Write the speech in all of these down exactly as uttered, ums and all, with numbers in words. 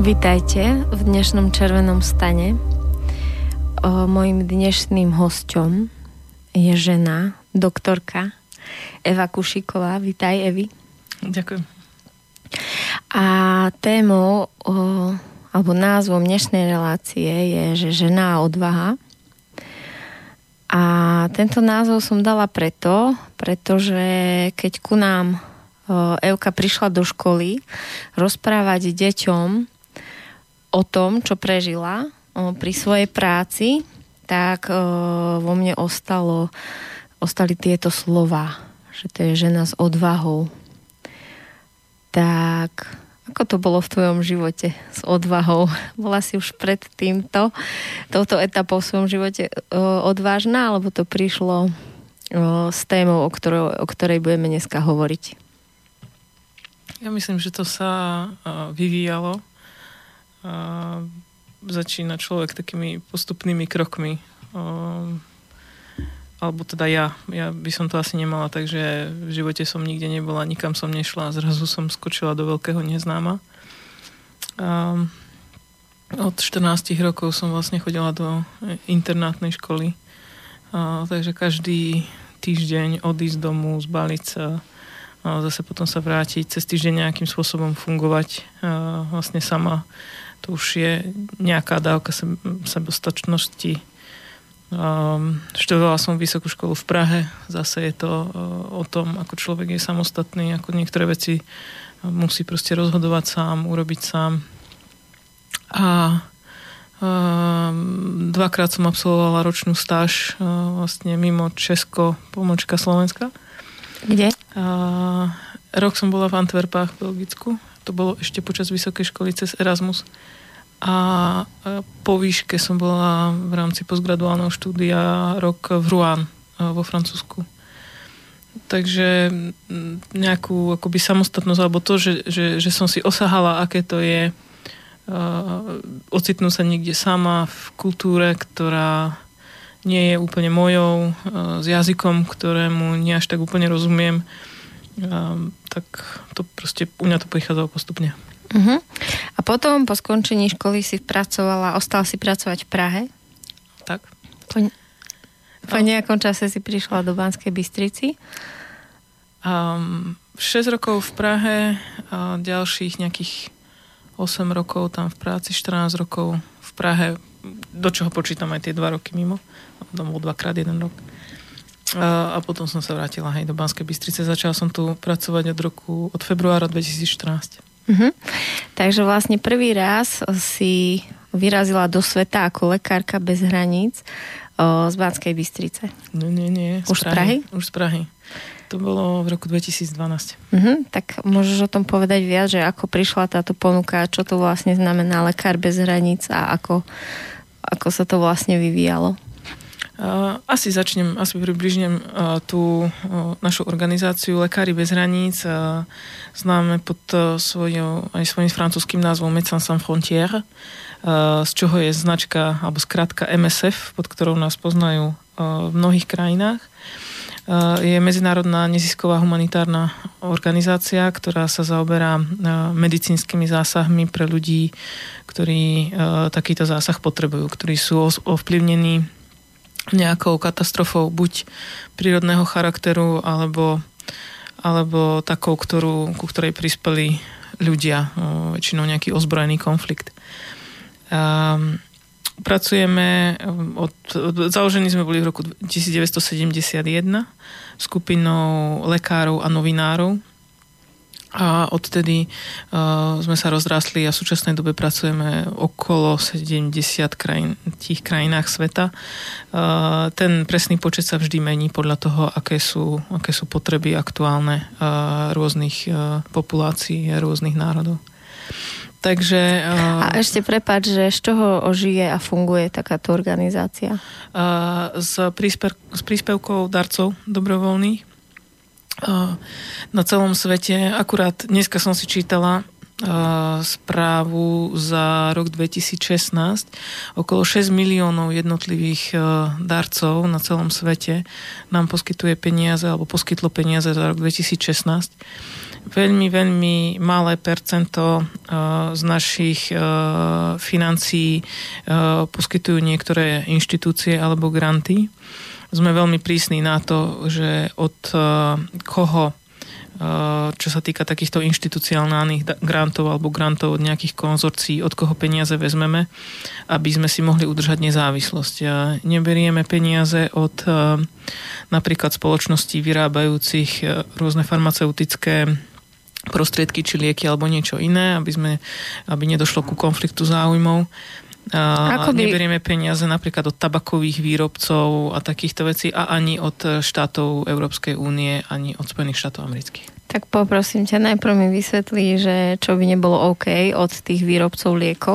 Vitajte v dnešnom Červenom stane. O, mojím dnešným hosťom je žena, doktorka Eva Kušíková. Vitaj, Evi. Ďakujem. A témou, o, alebo názvom dnešnej relácie je, že žena a odvaha. A tento názov som dala preto, pretože keď ku nám o, Evka prišla do školy rozprávať deťom o tom, čo prežila o, pri svojej práci, tak o, vo mne ostalo, ostali tieto slova, že to je žena s odvahou. Tak, ako to bolo v tvojom živote s odvahou? Bola si už pred týmto, touto etapou v svojom živote o, odvážna, alebo to prišlo o, s témou, o ktorej, o ktorej budeme dneska hovoriť? Ja myslím, že to sa uh, vyvíjalo. Uh, začína človek takými postupnými krokmi. Uh, alebo teda ja. Ja by som to asi nemala, takže v živote som nikde nebola, nikam som nešla a zrazu som skočila do veľkého neznáma. Uh, od štrnástich rokov som vlastne chodila do internátnej školy. Uh, takže každý týždeň odísť z domu, zbaliť sa, uh, zase potom sa vrátiť, cez týždeň nejakým spôsobom fungovať uh, vlastne sama. To už je nejaká dávka sebestačnosti. Um, študovala som vysokú školu v Prahe. Zase je to uh, o tom, ako človek je samostatný, ako niektoré veci uh, musí proste rozhodovať sám, urobiť sám. A um, dvakrát som absolvovala ročnú stáž uh, vlastne mimo Česko, pomočka Slovenska. Kde? Uh, rok som bola v Antwerpách, v Belgicku. To bolo ešte počas vysokej školy cez Erasmus. A po výške som bola v rámci postgraduálneho štúdia rok v Rouen vo Francúzsku. Takže nejakú akoby samostatnosť, alebo to, že, že, že som si osahala, aké to je uh, ocitnúť sa niekde sama v kultúre, ktorá nie je úplne mojou, uh, s jazykom, ktorému nie až tak úplne rozumiem. Um, tak to proste u mňa to prichádzalo postupne. Uh-huh. A potom po skončení školy si pracovala, ostala si pracovať v Prahe? Tak. Po, po no. nejakom čase si prišla do Banskej Bystrici? Um, šesť rokov v Prahe, a ďalších nejakých osem rokov tam v práci, štrnásť rokov v Prahe, do čoho počítam aj tie dva roky mimo. Tam bol dvakrát jeden rok. A potom som sa vrátila hej, do Banskej Bystrice. Začala som tu pracovať od roku, od februára dvetisícštrnásť. Uh-huh. Takže vlastne prvý raz si vyrazila do sveta ako lekárka bez hraníc o, z Banskej Bystrice. Nie, nie, nie. Už z Prahy? Už z Prahy. To bolo v roku dvetisícdvanásť. Uh-huh. Tak môžeš o tom povedať viac, že ako prišla táto ponuka, čo to vlastne znamená lekár bez hraníc a ako, ako sa to vlastne vyvíjalo? Uh, asi začnem, asi približnem uh, tú uh, našu organizáciu Lekári bez hraníc. Uh, známe pod uh, svojou, aj svojím francúzským názvom Médecins Sans Frontières, uh, z čoho je značka, alebo skrátka em es ef, pod ktorou nás poznajú uh, v mnohých krajinách. Uh, je medzinárodná nezisková humanitárna organizácia, ktorá sa zaoberá uh, medicínskymi zásahmi pre ľudí, ktorí uh, takýto zásah potrebujú, ktorí sú ovplyvnení nejakou katastrofou, buď prírodného charakteru, alebo, alebo takou, ktorú, ku ktorej prispeli ľudia, väčšinou nejaký ozbrojený konflikt. Um, pracujeme od, od založení sme boli v roku devätnásťstosedemdesiatjeden skupinou lekárov a novinárov. A odtedy uh, sme sa rozrastli a v súčasnej dobe pracujeme okolo sedemdesiat krajín, tých krajinách sveta. Uh, ten presný počet sa vždy mení podľa toho, aké sú, aké sú potreby aktuálne uh, rôznych uh, populácií a rôznych národov. Takže, uh, a ešte prepáč, že z čoho žije a funguje takáto organizácia? Uh, z, príspev, z príspevkov darcov dobrovoľných na celom svete. Akurát dneska som si čítala správu za rok dvetisícšestnásť. Okolo šesť miliónov jednotlivých darcov na celom svete nám poskytuje peniaze alebo poskytlo peniaze za rok dvetisícšestnásť. Veľmi, veľmi malé percento z našich financií poskytujú niektoré inštitúcie alebo granty. Sme veľmi prísni na to, že od koho, čo sa týka takýchto inštitucionálnych grantov alebo grantov od nejakých konzorcií, od koho peniaze vezmeme, aby sme si mohli udržať nezávislosť. Neberieme peniaze od napríklad spoločností vyrábajúcich rôzne farmaceutické prostriedky či lieky alebo niečo iné, aby sme, aby nedošlo ku konfliktu záujmov. A by... neberieme peniaze napríklad od tabakových výrobcov a takýchto vecí a ani od štátov Európskej únie, ani od Spojených štátov amerických. Tak poprosím ťa, najprv mi vysvetlí, že čo by nebolo OK od tých výrobcov liekov?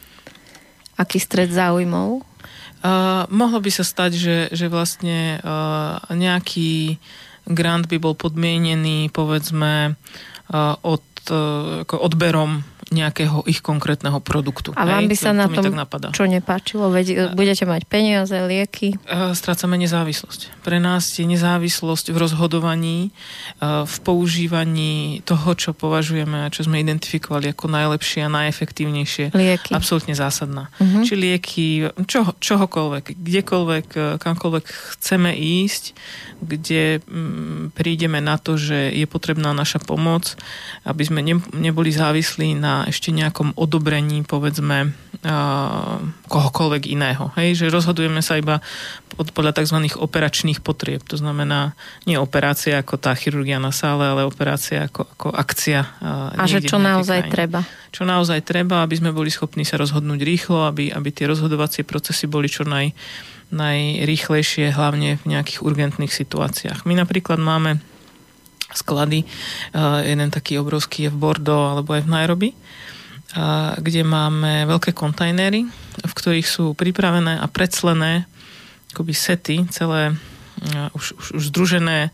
Aký stret záujmov? Uh, mohlo by sa stať, že, že vlastne uh, nejaký grant by bol podmienený, povedzme, uh, od, uh, ako odberom nejakého ich konkrétneho produktu. A vám by sa to, na to tom čo nepáčilo? Veď budete mať peniaze, lieky? Strácame nezávislosť. Pre nás je nezávislosť v rozhodovaní, v používaní toho, čo považujeme a čo sme identifikovali ako najlepšie a najefektívnejšie. Lieky. Absolútne zásadná. Uh-huh. Či lieky, čo, čohokoľvek, kdekoľvek, kamkoľvek chceme ísť, kde m, prídeme na to, že je potrebná naša pomoc, aby sme ne, neboli závislí na ešte nejakom odobrení, povedzme, uh, kohokoľvek iného. Hej? Že rozhodujeme sa iba pod, podľa tzv. Operačných potrieb. To znamená, nie operácia ako tá chirurgia na sále, ale operácia ako, ako akcia. Uh, A že čo naozaj krajine. treba. Čo naozaj treba, aby sme boli schopní sa rozhodnúť rýchlo, aby, aby tie rozhodovacie procesy boli čo naj, najrýchlejšie, hlavne v nejakých urgentných situáciách. My napríklad máme sklady, uh, jeden taký obrovský je v Bordeaux alebo aj v Nairobi, uh, kde máme veľké kontajnery, v ktorých sú pripravené a preclené akoby sety, celé uh, už, už, už združené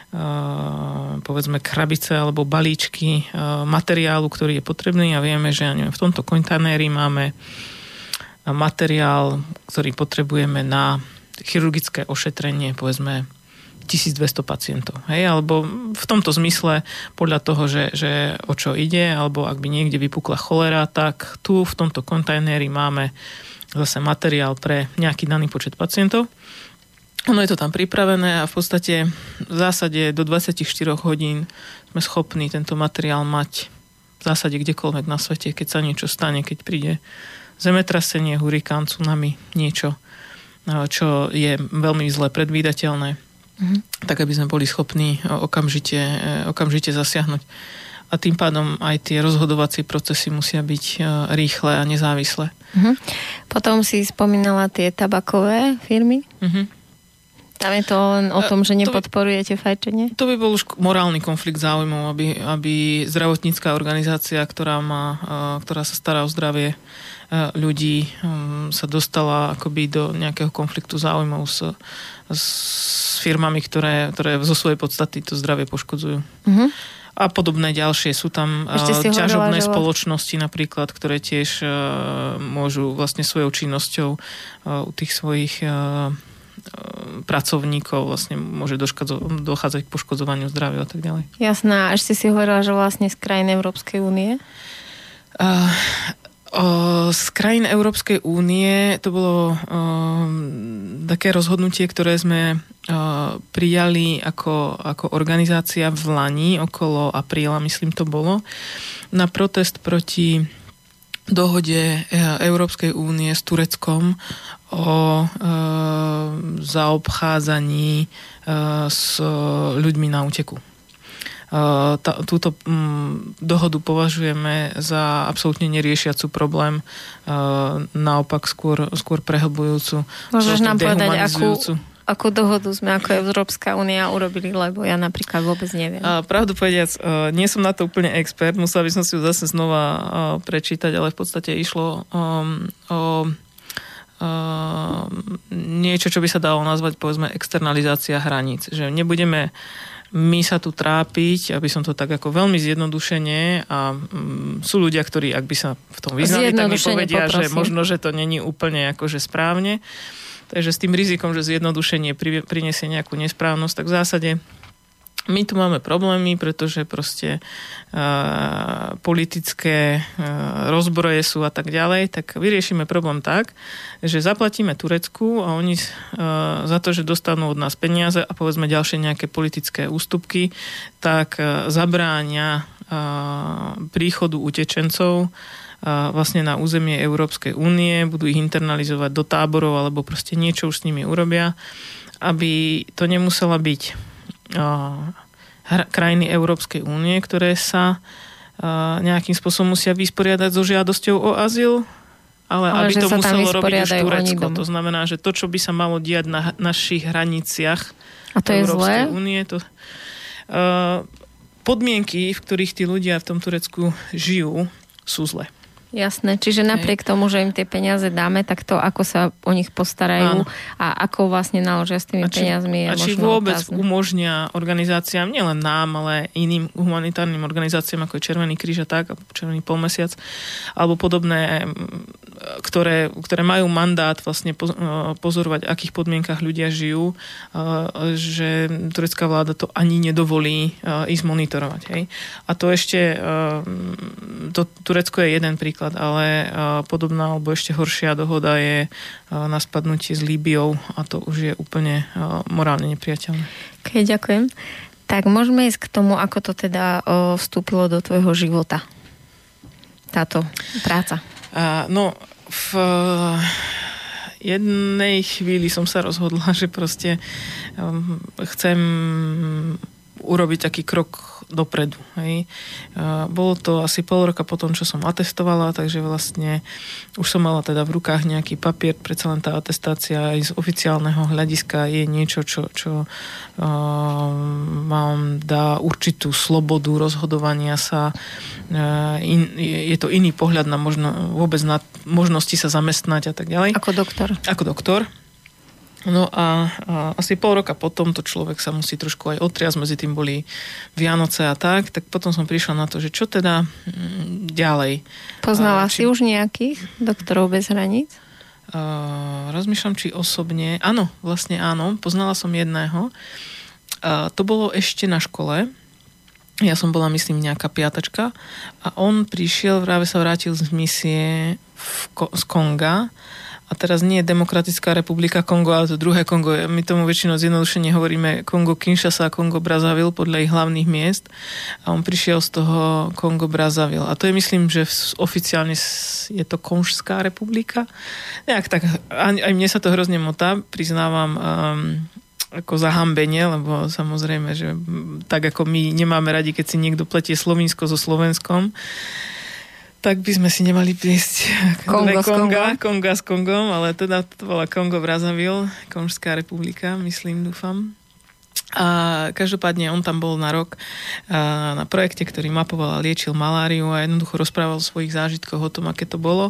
uh, povedzme krabice alebo balíčky uh, materiálu, ktorý je potrebný a vieme, že ja neviem, v tomto kontajneri máme materiál, ktorý potrebujeme na chirurgické ošetrenie, povedzme tisícdvesto pacientov. Hej? Alebo v tomto zmysle podľa toho, že, že o čo ide, alebo ak by niekde vypukla cholera, tak tu v tomto kontajneri máme zase materiál pre nejaký daný počet pacientov. Ono je to tam pripravené a v podstate v zásade do dvadsaťštyri hodín sme schopní tento materiál mať v zásade kdekoľvek na svete, keď sa niečo stane, keď príde zemetrasenie, hurikán, tsunami, niečo, čo je veľmi zle predvídateľné. Mm-hmm. Tak aby sme boli schopní okamžite, okamžite zasiahnuť. A tým pádom aj tie rozhodovacie procesy musia byť rýchle a nezávislé. Mm-hmm. Potom si spomínala tie tabakové firmy. Mm-hmm. Tam je to len o tom, že nepodporujete fajčenie? To by bol už morálny konflikt záujmov, aby, aby zdravotnícka organizácia, ktorá, má, ktorá sa stará o zdravie ľudí, sa dostala akoby do nejakého konfliktu záujmov s, s firmami, ktoré, ktoré zo svojej podstaty to zdravie poškodzujú. Uh-huh. A podobné ďalšie. Sú tam ťažobné hovorila, spoločnosti napríklad, ktoré tiež môžu vlastne svojou činnosťou u tých svojich pracovníkov vlastne môže dochádzať k poškodzovaniu zdravia a tak ďalej. Jasná. A ešte si hovorila, že vlastne z krajín Európskej únie? Uh, Z krajín Európskej únie to bolo uh, také rozhodnutie, ktoré sme uh, prijali ako, ako organizácia v Lani, okolo apríla, myslím to bolo, na protest proti dohode Európskej únie s Tureckom o uh, zaobchádzaní uh, s ľuďmi na úteku. Uh, tá, túto um, dohodu považujeme za absolútne neriešiacu problém, uh, naopak skôr, skôr prehlbujúcu. Môžeš nám povedať, akú, akú dohodu sme ako Európska únia urobili, lebo ja napríklad vôbec neviem. Uh, pravdu povediac, uh, nie som na to úplne expert, musela by som si ju zase znova uh, prečítať, ale v podstate išlo um, o uh, niečo, čo by sa dalo nazvať, povedzme, externalizácia hraníc. Že nebudeme my sa tu trápiť, aby som to tak ako veľmi zjednodušene a um, sú ľudia, ktorí, ak by sa v tom vyznali, tak mi povedia, poprosím. Že možno, že to není úplne akože správne. Takže s tým rizikom, že zjednodušenie prinesie nejakú nesprávnosť, tak v zásade my tu máme problémy, pretože proste uh, politické uh, rozbroje sú a tak ďalej, tak vyriešime problém tak, že zaplatíme Turecku a oni uh, za to, že dostanú od nás peniaze a povedzme ďalšie nejaké politické ústupky, tak uh, zabránia uh, príchodu utečencov uh, vlastne na územie Európskej únie, budú ich internalizovať do táborov alebo proste niečo už s nimi urobia, aby to nemusela byť krajiny Európskej únie, ktoré sa nejakým spôsobom musia vysporiadať so žiadosťou o azyl, ale, ale aby to muselo robiť už Turecko. To znamená, že to, čo by sa malo diať na našich hraniciach a to Európskej únie, to uh, podmienky, v ktorých tí ľudia v tom Turecku žijú, sú zlé. Jasné, čiže napriek tomu, že im tie peniaze dáme, tak to, ako sa o nich postarajú, áno, a ako vlastne naložia s tými a či, peniazmi, je a či možno vôbec otázne. Umožnia organizáciám, nielen nám, ale iným humanitárnym organizáciám, ako je Červený kríž a tak, Červený polmesiac, alebo podobné, ktoré, ktoré majú mandát vlastne pozorovať, v akých podmienkach ľudia žijú, že turecká vláda to ani nedovolí ísť monitorovať. Hej. A to ešte, to Turecko je jeden príklad, ale podobná alebo ešte horšia dohoda je na spadnutie s Líbiou a to už je úplne morálne nepriateľné. Ok, ďakujem. Tak môžeme ísť k tomu, ako to teda vstúpilo do tvojho života. Táto práca. A, no, v jednej chvíli som sa rozhodla, že proste um, chcem urobiť taký krok dopredu. Hej. Bolo to asi pol roka potom, čo som atestovala, takže vlastne už som mala teda v rukách nejaký papier, predsa len tá atestácia aj z oficiálneho hľadiska je niečo, čo, čo uh, mám dá určitú slobodu rozhodovania sa. Uh, in, je to iný pohľad na možno, vôbec na možnosti sa zamestnať a tak ďalej. Ako doktor. Ako doktor. No a, a asi pol roka potom to človek sa musí trošku aj otriasť, medzi tým boli Vianoce a tak, tak potom som prišla na to, že čo teda m, ďalej. Poznala a, či... si už nejakých doktorov bez hraníc? A, rozmýšľam, či osobne. Áno, vlastne áno, poznala som jedného. A, to bolo ešte na škole. Ja som bola, myslím, nejaká piatačka a on prišiel, práve sa vrátil z misie v Ko- z Konga. A teraz nie je Demokratická republika Kongo, ale to druhé Kongo. My tomu väčšinou zjednodušene hovoríme Kongo Kinshasa a Kongo Brazzaville podľa ich hlavných miest. A on prišiel z toho Kongo Brazzaville. A to je, myslím, že oficiálne je to Konžská republika. Nejak tak, aj mne sa to hrozne motá, priznávam, um, ako zahambenie, lebo samozrejme, že tak ako my nemáme radi, keď si niekto pletie Slovinsko so Slovenskom, tak by sme si nemali piesť Kongo Konga, Konga s Kongom, ale teda to bola Kongo Brazzaville, Konžská republika, myslím, dúfam. A každopádne on tam bol na rok na projekte, ktorý mapoval a liečil maláriu a jednoducho rozprával o svojich zážitkoch, o tom, aké to bolo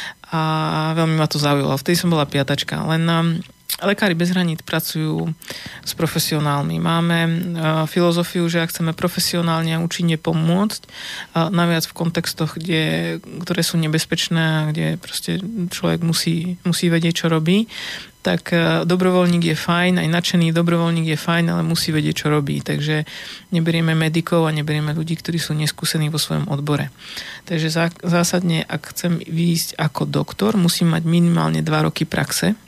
a veľmi ma to zaujalo. Vtedy som bola piatačka, len Lekári bez hraníc pracujú s profesionálmi. Máme uh, filozofiu, že ak chceme profesionálne a účinne pomôcť, uh, naviac v kontextoch, kde, ktoré sú nebezpečné a kde proste človek musí, musí vedieť, čo robí, tak uh, dobrovoľník je fajn, aj nadšený dobrovoľník je fajn, ale musí vedieť, čo robí. Takže neberieme medikov a neberieme ľudí, ktorí sú neskúsení vo svojom odbore. Takže zá, zásadne, ak chcem výjsť ako doktor, musím mať minimálne dva roky praxe.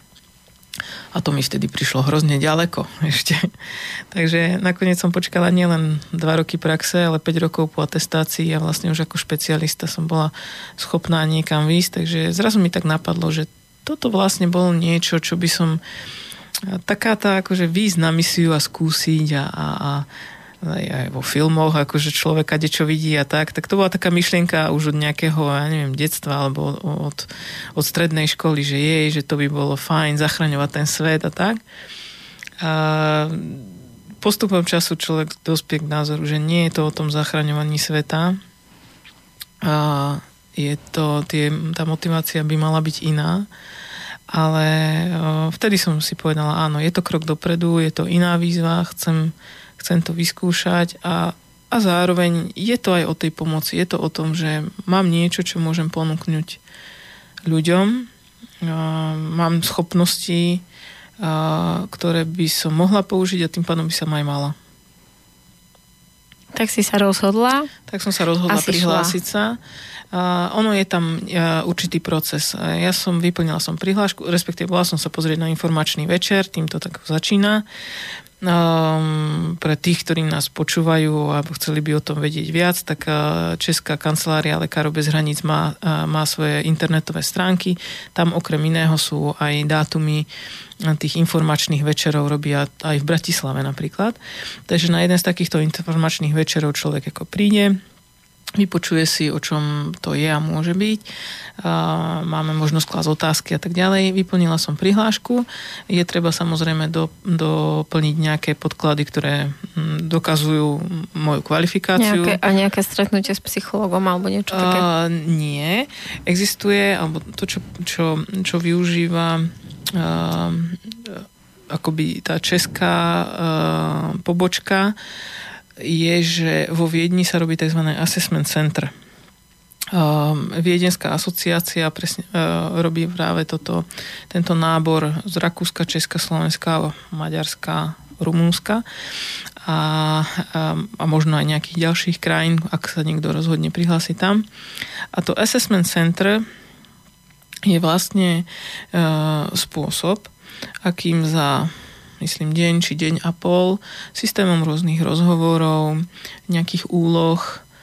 A to mi vtedy prišlo hrozne ďaleko ešte. Takže nakoniec som počkala nielen dva roky praxe, ale päť rokov po atestácii a vlastne už ako špecialista som bola schopná niekam výjsť. Takže zrazu mi tak napadlo, že toto vlastne bolo niečo, čo by som taká tá akože výjsť na misiu a skúsiť a, a, a aj, aj vo filmoch, akože človek kadečo vidí a tak, tak to bola taká myšlienka už od nejakého, ja neviem, detstva alebo od, od strednej školy, že jej, že to by bolo fajn zachraňovať ten svet a tak. A postupom času človek dospie k názoru, že nie je to o tom zachraňovaní sveta. A je to, tie, tá motivácia by mala byť iná. Ale vtedy som si povedala, áno, je to krok dopredu, je to iná výzva, chcem chcem to vyskúšať a, a zároveň je to aj o tej pomoci, je to o tom, že mám niečo, čo môžem ponúknuť ľuďom, mám schopnosti, ktoré by som mohla použiť a tým pádom by som aj mala. Tak si sa rozhodla? Tak som sa rozhodla prihlásiť sa. Uh, ono je tam uh, určitý proces. Uh, ja som vyplnila som prihlášku, respektíve bola som sa pozrieť na informačný večer, týmto tak začína. Um, pre tých, ktorí nás počúvajú alebo chceli by o tom vedieť viac, tak uh, Česká kancelária Lekárov bez hraníc má, uh, má svoje internetové stránky. Tam okrem iného sú aj dátumy tých informačných večerov, robia aj v Bratislave napríklad. Takže na jeden z takýchto informačných večerov človek ako príde, vypočuje si, o čom to je a môže byť. Máme možnosť klásť otázky a tak ďalej. Vyplnila som prihlášku. Je treba samozrejme do, doplniť nejaké podklady, ktoré dokazujú moju kvalifikáciu. Nejaké, a nejaké stretnutie s psychologom alebo niečo také? Uh, nie. Existuje, alebo to, čo, čo, čo využíva uh, akoby tá česká uh, pobočka, je, že vo Viedni sa robí tzv. Assessment Center. Um, Viedenská asociácia presne, uh, robí práve toto, tento nábor z Rakúska, Česka, Slovenska, Maďarska, Rumúnska a, um, a možno aj nejakých ďalších krajín, ak sa niekto rozhodne prihlásiť tam. A to Assessment Center je vlastne uh, spôsob, akým za myslím deň či deň a pol, systémom rôznych rozhovorov, nejakých úloh.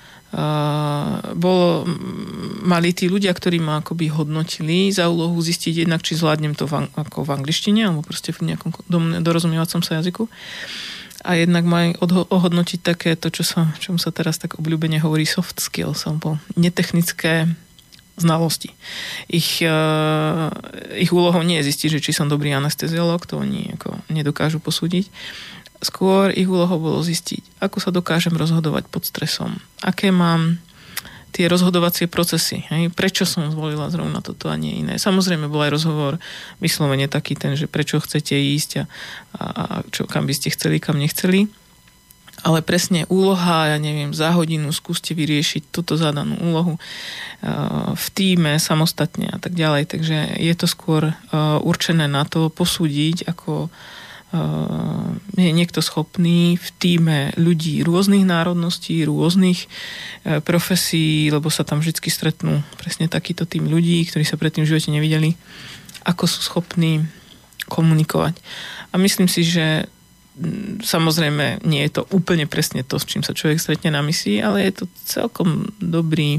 Uh, bolo, mali tí ľudia, ktorí ma akoby hodnotili za úlohu zistiť jednak, či zvládnem to v, ako v angličtine, alebo proste v nejakom dorozumievacom sa jazyku. A jednak ma aj ohodnotiť také to, čo sa, čomu sa teraz tak obľúbene hovorí soft skills, alebo netechnické znalosti. Ich, uh, ich úlohou nie je zistiť, že či som dobrý anesteziológ, to oni ako nedokážu posúdiť. Skôr ich úlohou bolo zistiť, ako sa dokážem rozhodovať pod stresom. Aké mám tie rozhodovacie procesy. Hej? Prečo som zvolila zrovna toto a nie iné. Samozrejme bol aj rozhovor vyslovene taký ten, že prečo chcete ísť a, a čo, kam by ste chceli, kam nechceli. Ale presne úloha, ja neviem, za hodinu skúste vyriešiť túto zadanú úlohu v tíme, samostatne a tak ďalej. Takže je to skôr určené na to posúdiť, ako je niekto schopný v tíme ľudí rôznych národností, rôznych profesí, lebo sa tam vždy stretnú presne takýto tým ľudí, ktorí sa predtým v živote nevideli, ako sú schopní komunikovať. A myslím si, že samozrejme nie je to úplne presne to, s čím sa človek stretne na misii, ale je to celkom dobrý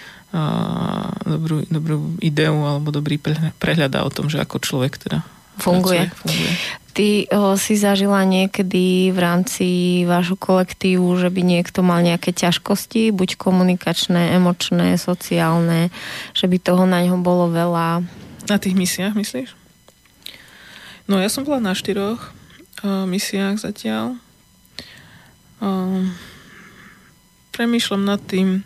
uh, dobrú, dobrú ideu alebo dobrý prehľad o tom, že ako človek teda funguje. Pracuje, funguje. Ty o, si zažila niekedy v rámci vášho kolektívu, že by niekto mal nejaké ťažkosti, buď komunikačné, emočné, sociálne, že by toho na ňo bolo veľa? Na tých misiách, myslíš? No ja som bola na štyroch misiách zatiaľ. Um, premýšľam nad tým,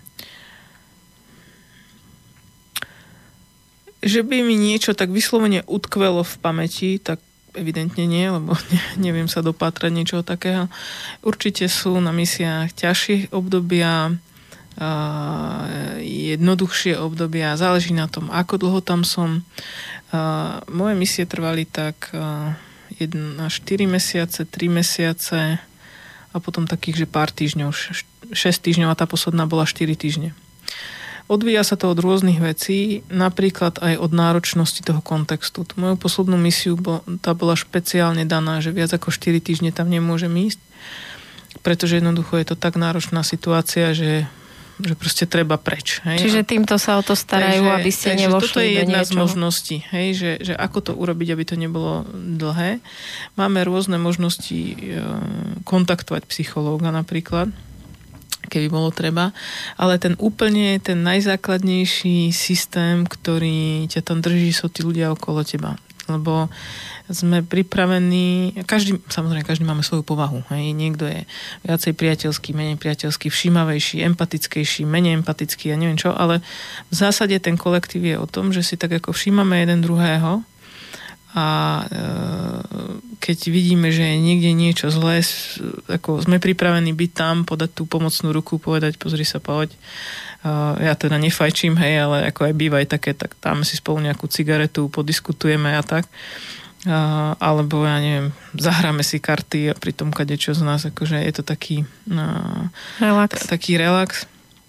že by mi niečo tak vyslovene utkvelo v pamäti, tak evidentne nie, lebo ne, neviem sa dopátrať niečoho takého. Určite sú na misiách ťažšie obdobia, uh, jednoduchšie obdobia, záleží na tom, ako dlho tam som. Uh, moje misie trvali tak uh, jeden až štyri mesiace, tri mesiace a potom takých, že pár týždňov, šesť týždňov a tá posledná bola štyri týždne. Odvíja sa to od rôznych vecí, napríklad aj od náročnosti toho kontextu. Tú moju poslednú misiu, tá bola špeciálne daná, že viac ako štyri týždne tam nemôžem ísť, pretože jednoducho je to tak náročná situácia, že že proste treba preč. Hej? Čiže týmto sa o to starajú, takže, aby ste nevošli do niečoho. Toto je jedna z možností, hej? Že, že ako to urobiť, aby to nebolo dlhé. Máme rôzne možnosti e, kontaktovať psychológa napríklad, keby bolo treba, ale ten úplne, ten najzákladnejší systém, ktorý ťa tam drží, sú tí ľudia okolo teba. Lebo sme pripravení, každý, samozrejme, každý máme svoju povahu. Hej. Niekto je viacej priateľský, menej priateľský, všímavejší, empatickejší, menej empatický, ja neviem čo, ale v zásade ten kolektív je o tom, že si tak ako všímame jeden druhého a keď vidíme, že je niekde niečo zlé, ako sme pripravení byť tam, podať tú pomocnú ruku, povedať, pozri sa, poď. Ja teda nefajčím, hej, ale ako aj býva aj také, tak dáme si spolu nejakú cigaretu, podiskutujeme a tak. Alebo, ja neviem, zahráme si karty a pri tom kadečo z nás, akože je to taký relax. T- taký relax.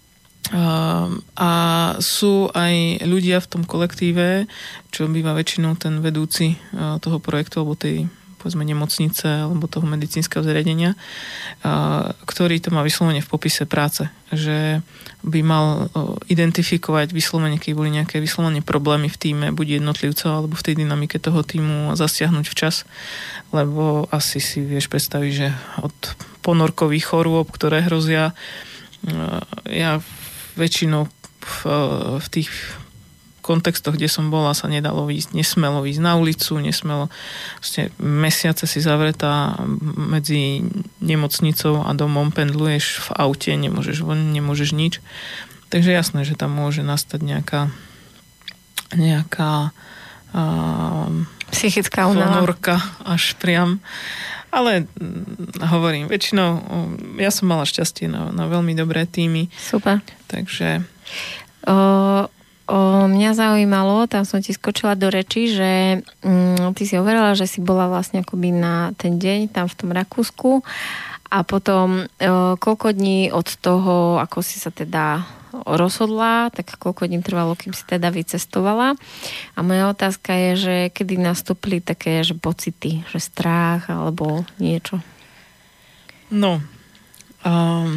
A sú aj ľudia v tom kolektíve, čo býva väčšinou ten vedúci toho projektu alebo tej, povedzme, nemocnice alebo toho medicínskeho zariadenia, ktorý to má vyslovene v popise práce, že by mal identifikovať vyslovene, keď boli nejaké vyslovene problémy v tíme, buď jednotlivcov alebo v tej dynamike toho týmu a zasiahnuť včas, lebo asi si vieš predstaviť, že od ponorkových chorôb, ktoré hrozia, ja väčšinou v, v tých kontextoch, kde som bola, sa nedalo ísť, nesmelo ísť na ulicu, nesmelo vlastne mesiace si zavretá medzi nemocnicou a domom, pendluješ v aute, nemôžeš von, nemôžeš nič. Takže jasné, že tam môže nastať nejaká nejaká uh, psychická ponorka až priam. Ale hovorím, väčšinou ja som mala šťastie na, na veľmi dobré týmy. Super. Takže... O, o, mňa zaujímalo, tam som ti skočila do reči, že mm, ty si hovorila, že si bola vlastne akoby na ten deň tam v tom Rakúsku a potom o, koľko dní od toho, ako si sa teda rozhodla, tak koľko dní trvalo, kým si teda vycestovala. A moja otázka je, že kedy nastúpili také že pocity, že strach alebo niečo? No, um,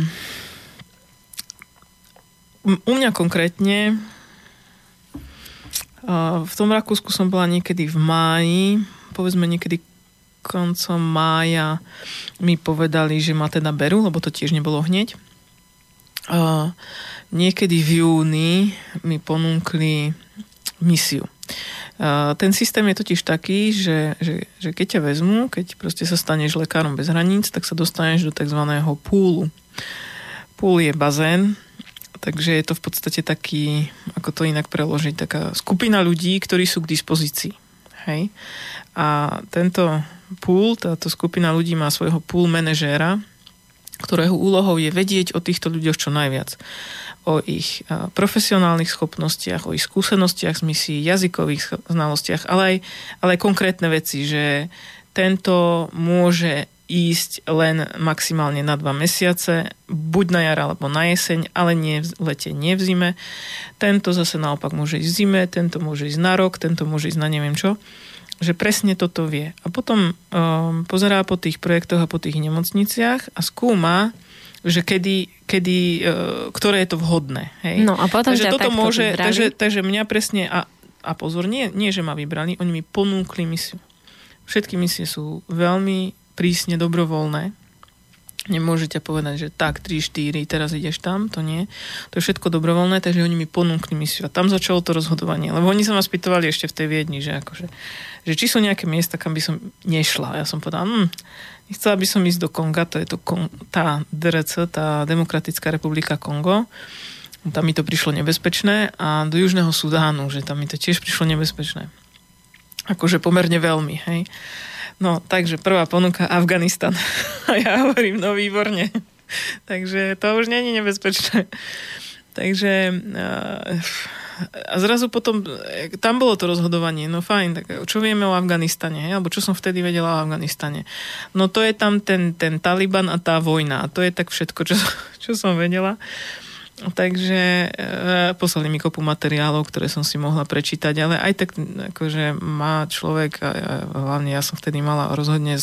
u mňa konkrétne uh, v tom Rakúsku som bola niekedy v máji, povedzme niekedy koncom mája mi povedali, že ma teda berú, lebo to tiež nebolo hneď. Uh, niekedy v júni mi ponúkli misiu. Uh, ten systém je totiž taký, že, že, že keď ťa vezmú, keď proste sa staneš lekárom bez hraníc, tak sa dostaneš do takzvaného poolu. Pool je bazén, takže je to v podstate taký, ako to inak preložiť, taká skupina ľudí, ktorí sú k dispozícii. Hej? A tento pool, táto skupina ľudí má svojho pool manažéra, ktorého úlohou je vedieť o týchto ľuďoch čo najviac. O ich profesionálnych schopnostiach, o ich skúsenostiach z misií, jazykových znalostiach, ale aj, ale aj konkrétne veci, že tento môže ísť len maximálne na dva mesiace, buď na jar alebo na jeseň, ale nie v lete, nie v zime. Tento zase naopak môže ísť v zime, tento môže ísť na rok, tento môže ísť na neviem čo. Že presne toto vie. A potom um, pozerá po tých projektoch a po tých nemocniciach a skúma, že kedy, kedy uh, ktoré je to vhodné. Hej? No a potom takže ťa toto takto môže, vybrali? takže, takže mňa presne, a, a pozor, nie, nie, že ma vybrali, oni mi ponúkli misiu. Všetky misie sú veľmi prísne dobrovoľné. Nemôžete povedať, že tak, tri štyri, teraz ideš tam, to nie. To je všetko dobrovoľné, takže oni mi ponúkli misiu. A tam začalo to rozhodovanie. Lebo oni sa ma spýtovali ešte v tej Viedni, že, akože, že či sú nejaké miesta, kam by som nešla. Ja som povedala, hm, nechcela by som ísť do Konga, to je to Kon- tá dé er cé, tá Demokratická republika Kongo. Tam mi to prišlo nebezpečné. A do Južného Sudánu, že tam mi to tiež prišlo nebezpečné. Akože pomerne veľmi, hej. No, takže prvá ponuka Afganistan. A ja hovorím, no výborne. Takže to už nie je nebezpečné. Takže a zrazu potom, tam bolo to rozhodovanie, no fajn, tak čo vieme o Afganistane, hej? Alebo čo som vtedy vedela o Afganistane. No to je tam ten, ten Taliban a tá vojna. A to je tak všetko, čo, čo som vedela. Takže e, poslali mi kopu materiálov, ktoré som si mohla prečítať, ale aj tak akože má človek, a, a hlavne ja som vtedy mala rozhodne z,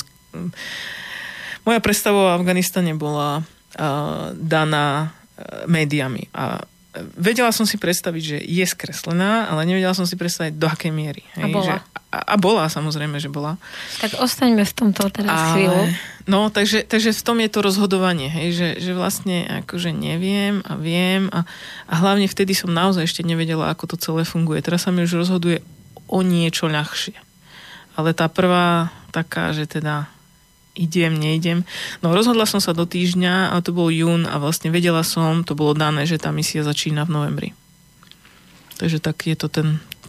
moja predstava o Afganistane bola a, daná a, médiami a vedela som si predstaviť, že je skreslená, ale nevedela som si predstaviť, do akej miery. Hej? A bola. Že, a, a bola, samozrejme, že bola. Tak ostaňme v tomto teraz chvíľu. No, takže, takže v tom je to rozhodovanie, hej? Že, že vlastne akože neviem a viem a, a hlavne vtedy som naozaj ešte nevedela, ako to celé funguje. Teraz sa mi už rozhoduje o niečo ľahšie. Ale tá prvá taká, že teda idem, neidem. No rozhodla som sa do týždňa, ale to bol jún a vlastne vedela som, to bolo dané, že tá misia začína v novembri. Takže tak je to ten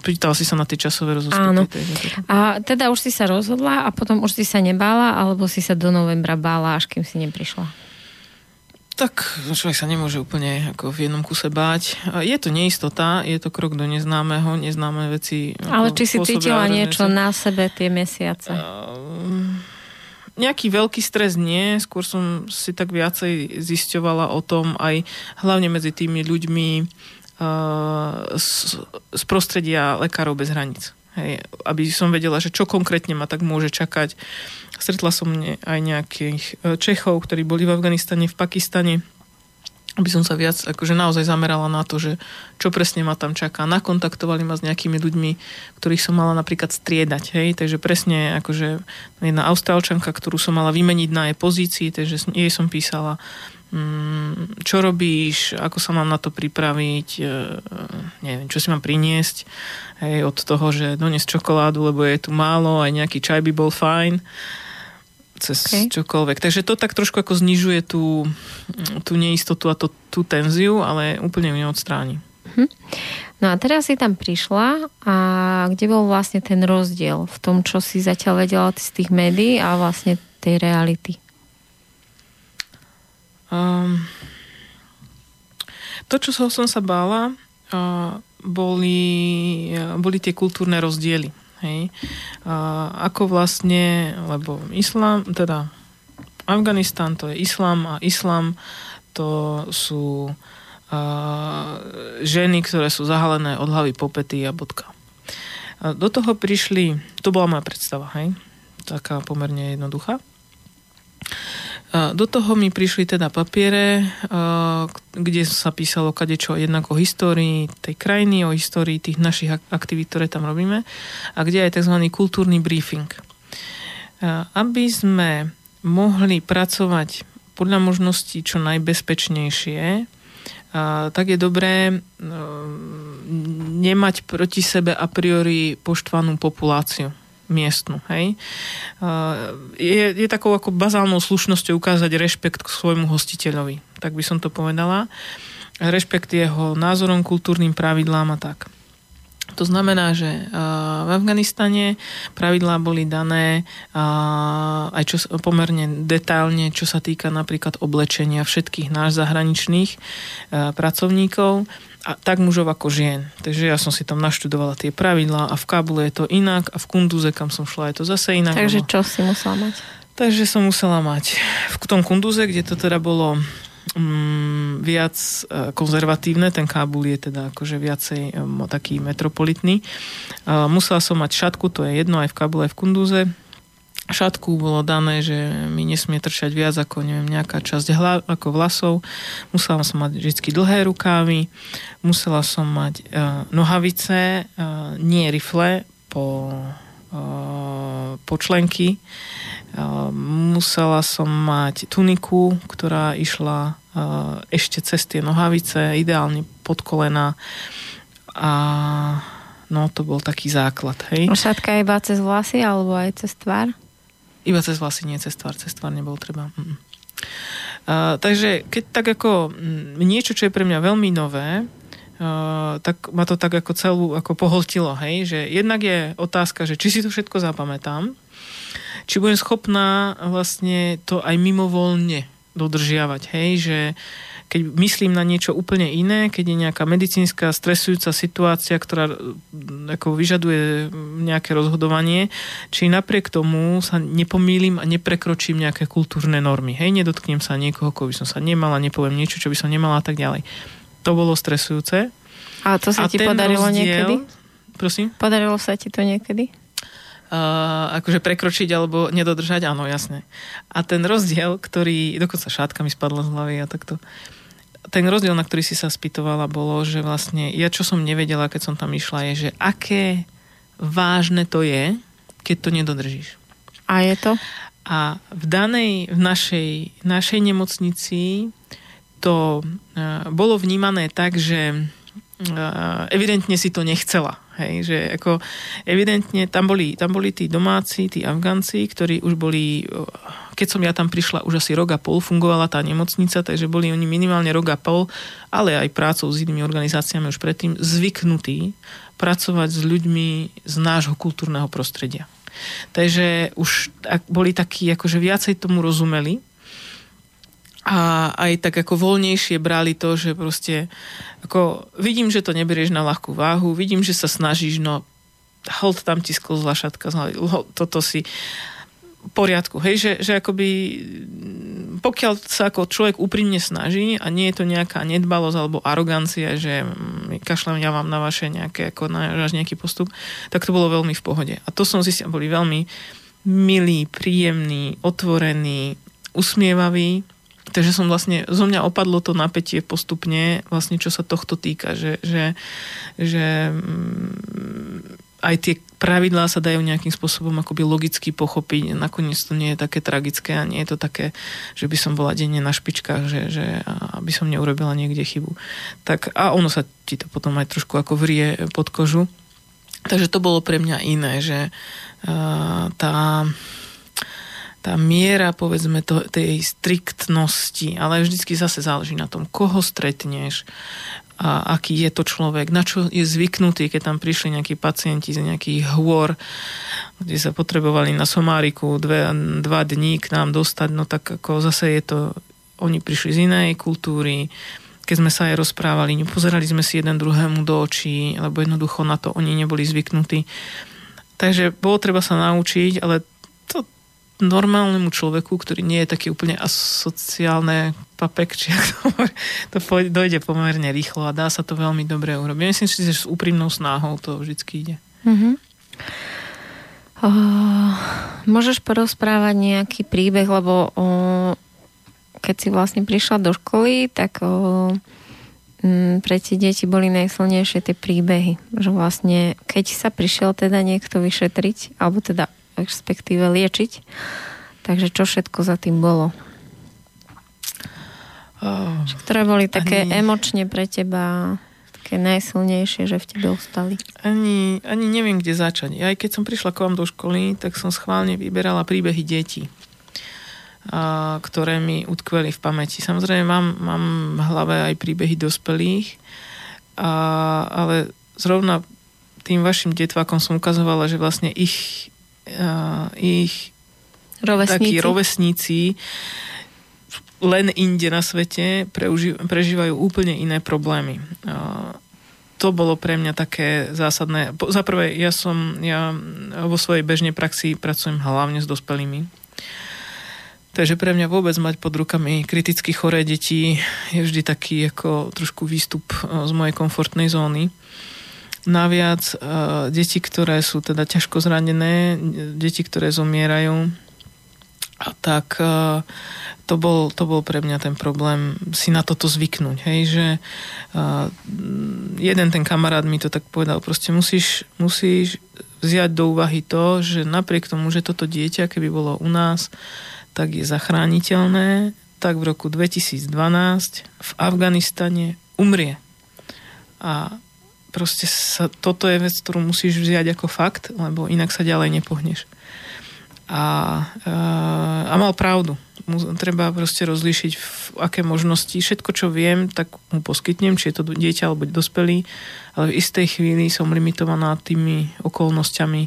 pýtala si sa na tie časové rozostupy. Áno. A teda už si sa rozhodla a potom už si sa nebála, alebo si sa do novembra bála, až kým si neprišla? Tak človek sa nemôže úplne ako v jednom kuse báť. Je to neistota, je to krok do neznámeho, neznáme veci. Ale či si cítila niečo sa na sebe tie mesiace? Uh, nejaký veľký stres nie, skôr som si tak viacej zisťovala o tom aj hlavne medzi tými ľuďmi uh, z, z prostredia Lekárov bez hraníc. Hej, aby som vedela, že čo konkrétne ma tak môže čakať. Stretla som aj nejakých Čechov, ktorí boli v Afganistane, v Pakistane, aby som sa viac akože naozaj zamerala na to, že čo presne ma tam čaká. Nakontaktovali ma s nejakými ľuďmi, ktorých som mala napríklad striedať. Hej? Takže presne akože jedna Austrálčanka, ktorú som mala vymeniť na jej pozícii, takže jej som písala, čo robíš, ako sa mám na to pripraviť, neviem, čo si mám priniesť, hej, od toho, že doniesť čokoládu, lebo je tu málo, aj nejaký čaj by bol fajn, cez okay. čokoľvek. Takže to tak trošku ako znižuje tú, tú neistotu a to, tú tenziu, ale úplne ju neodstráni. Hm. No a teraz si tam prišla a kde bol vlastne ten rozdiel v tom, čo si zatiaľ vedela z tých médií a vlastne tej reality? Um, to, čo som, som sa bála, uh, boli, uh, boli tie kultúrne rozdiely. Hej. Uh, ako vlastne, lebo islám, teda Afganistan to je islám a islám to sú uh, ženy, ktoré sú zahalené od hlavy po pety a bodka. Uh, do toho prišli, to bola moja predstava, hej, taká pomerne jednoduchá. Do toho mi prišli teda papiere, kde sa písalo kadečo jednak o histórii tej krajiny, o histórii tých našich aktivít, ktoré tam robíme a kde aj tzv. Kultúrny briefing. Aby sme mohli pracovať podľa možností čo najbezpečnejšie, tak je dobré nemať proti sebe a priori poštvanú populáciu miestnu, hej. Je, je takou ako bazálnou slušnosťou ukázať rešpekt k svojmu hostiteľovi. Tak by som to povedala. Rešpekt jeho názorom, kultúrnym pravidlám a tak. To znamená, že v Afganistane pravidlá boli dané aj čo, pomerne detailne, čo sa týka napríklad oblečenia všetkých náš zahraničných pracovníkov, a tak mužov ako žien. Takže ja som si tam naštudovala tie pravidlá a v Kábule je to inak a v Kunduze, kam som šla, je to zase inak. Takže čo si musela mať? Takže som musela mať v tom Kunduze, kde to teda bolo mm, viac konzervatívne, ten Kábul je teda akože viacej um, taký metropolitný. Uh, musela som mať šatku, to je jedno aj v Kábule, aj v Kunduze. Šatku bolo dané, že mi nesmie trčať viac ako neviem, nejaká časť hlav, ako vlasov. Musela som mať vždy dlhé rukávy, musela som mať uh, nohavice, uh, nie rifle, po, uh, po členky. Uh, musela som mať tuniku, ktorá išla uh, ešte cez tie nohavice, ideálne pod kolena. A no, to bol taký základ. Hej. Šatka iba cez vlasy alebo aj cez tvár? Iba cez vlasy, nie cez tvár. Cez tvár nebolo treba. Mm. Uh, takže keď tak ako m, niečo, čo je pre mňa veľmi nové, uh, tak ma to tak ako celú ako pohltilo, hej, že jednak je otázka, že či si to všetko zapamätám, či budem schopná vlastne to aj mimovoľne dodržiavať, hej, že keď myslím na niečo úplne iné, keď je nejaká medicínska stresujúca situácia, ktorá ako vyžaduje nejaké rozhodovanie, či napriek tomu sa nepomýlim a neprekročím nejaké kultúrne normy. Hej, nedotknem sa niekoho, koho by som sa nemala, nepoviem niečo, čo by som nemala a tak ďalej. To bolo stresujúce. A to sa a ti podarilo rozdiel, niekedy? Prosím? Podarilo sa ti to niekedy? Uh, akože prekročiť alebo nedodržať, áno, jasne. A ten rozdiel, ktorý, dokonca šátka mi spadla z hlavy a takto, ten rozdiel, na ktorý si sa spýtovala, bolo, že vlastne ja, čo som nevedela, keď som tam išla, je, že aké vážne to je, keď to nedodržíš. A je to? A v danej, v našej, našej nemocnici to uh, bolo vnímané tak, že uh, evidentne si to nechcela. Hej, že ako evidentne tam boli, tam boli tí domáci, tí Afgánci, ktorí už boli, keď som ja tam prišla, už asi rok a pol fungovala tá nemocnica, takže boli oni minimálne rok a pol, ale aj prácou s inými organizáciami už predtým zvyknutí pracovať s ľuďmi z nášho kultúrneho prostredia. Takže už boli takí, akože viacej tomu rozumeli a aj tak ako voľnejšie brali to, že proste ako vidím, že to neberieš na ľahkú váhu, vidím, že sa snažíš, no hold tam ti sklzla šatka, toto si v poriadku, hej, že, že akoby pokiaľ sa ako človek úprimne snaží a nie je to nejaká nedbalosť alebo arogancia, že kašlem ja vám na vaše nejaké, ako na nejaký postup, tak to bolo veľmi v pohode. A to som zistila, boli veľmi milí, príjemní, otvorení, usmievaví. Takže som vlastne, zo mňa opadlo to napätie postupne, vlastne čo sa tohto týka, že, že, že aj tie pravidlá sa dajú nejakým spôsobom akoby logicky pochopiť. Nakoniec to nie je také tragické a nie je to také, že by som bola denne na špičkách, že, že aby som neurobila niekde chybu. Tak, a ono sa ti to potom aj trošku ako vrie pod kožu. Takže to bolo pre mňa iné, že uh, tá... tá miera, povedzme, to, tej striktnosti, ale vždycky zase záleží na tom, koho stretneš a aký je to človek, na čo je zvyknutý, keď tam prišli nejakí pacienti z nejakých hôr, kde sa potrebovali na somáriku dve, dva dní k nám dostať, no tak ako zase je to, oni prišli z inej kultúry, keď sme sa aj rozprávali, nepozerali sme si jeden druhému do očí, lebo jednoducho na to oni neboli zvyknutí. Takže bolo treba sa naučiť, ale to normálnemu človeku, ktorý nie je taký úplne asociálne papek, či to dojde pomerne rýchlo a dá sa to veľmi dobre urobiť. Myslím si, že s úprimnou snahou to vždycky ide. Mm-hmm. Uh, môžeš porozprávať nejaký príbeh, lebo uh, keď si vlastne prišla do školy, tak uh, um, pre tie deti boli najsilnejšie tie príbehy. Že vlastne, keď sa prišiel teda niekto vyšetriť, alebo teda respektíve liečiť. Takže čo všetko za tým bolo? Oh, ktoré boli také ani, emočne pre teba také najsilnejšie, že v tebe ostali? Ani, ani neviem, kde začať. Ja aj keď som prišla k vám do školy, tak som schválne vyberala príbehy detí, a, ktoré mi utkveli v pamäti. Samozrejme, mám, mám v hlave aj príbehy dospelých, a, ale zrovna tým vašim detvákom som ukazovala, že vlastne ich Uh, ich rovesníci. takí rovesníci len inde na svete preuži- prežívajú úplne iné problémy. Uh, to bolo pre mňa také zásadné. Po, za prvé, ja som ja vo svojej bežnej praxi pracujem hlavne s dospelými. Takže pre mňa vôbec mať pod rukami kriticky choré deti je vždy taký ako trošku výstup z mojej komfortnej zóny. Naviac uh, deti, ktoré sú teda ťažko zranené, deti, ktoré zomierajú, a tak uh, to, bol, to bol pre mňa ten problém si na toto zvyknúť. Hej, že uh, jeden ten kamarát mi to tak povedal, proste musíš, musíš vziať do úvahy to, že napriek tomu, že toto dieťa, keby bolo u nás, tak je zachrániteľné, tak v roku dvetisícdvanásť v Afganistane umrie. A proste sa, toto je vec, ktorú musíš vziať ako fakt, lebo inak sa ďalej nepohneš. A, a, a mal pravdu. Treba proste rozlíšiť, v aké možnosti. Všetko, čo viem, tak mu poskytnem, či je to dieťa alebo dospelý, ale v istej chvíli som limitovaná tými okolnostiami,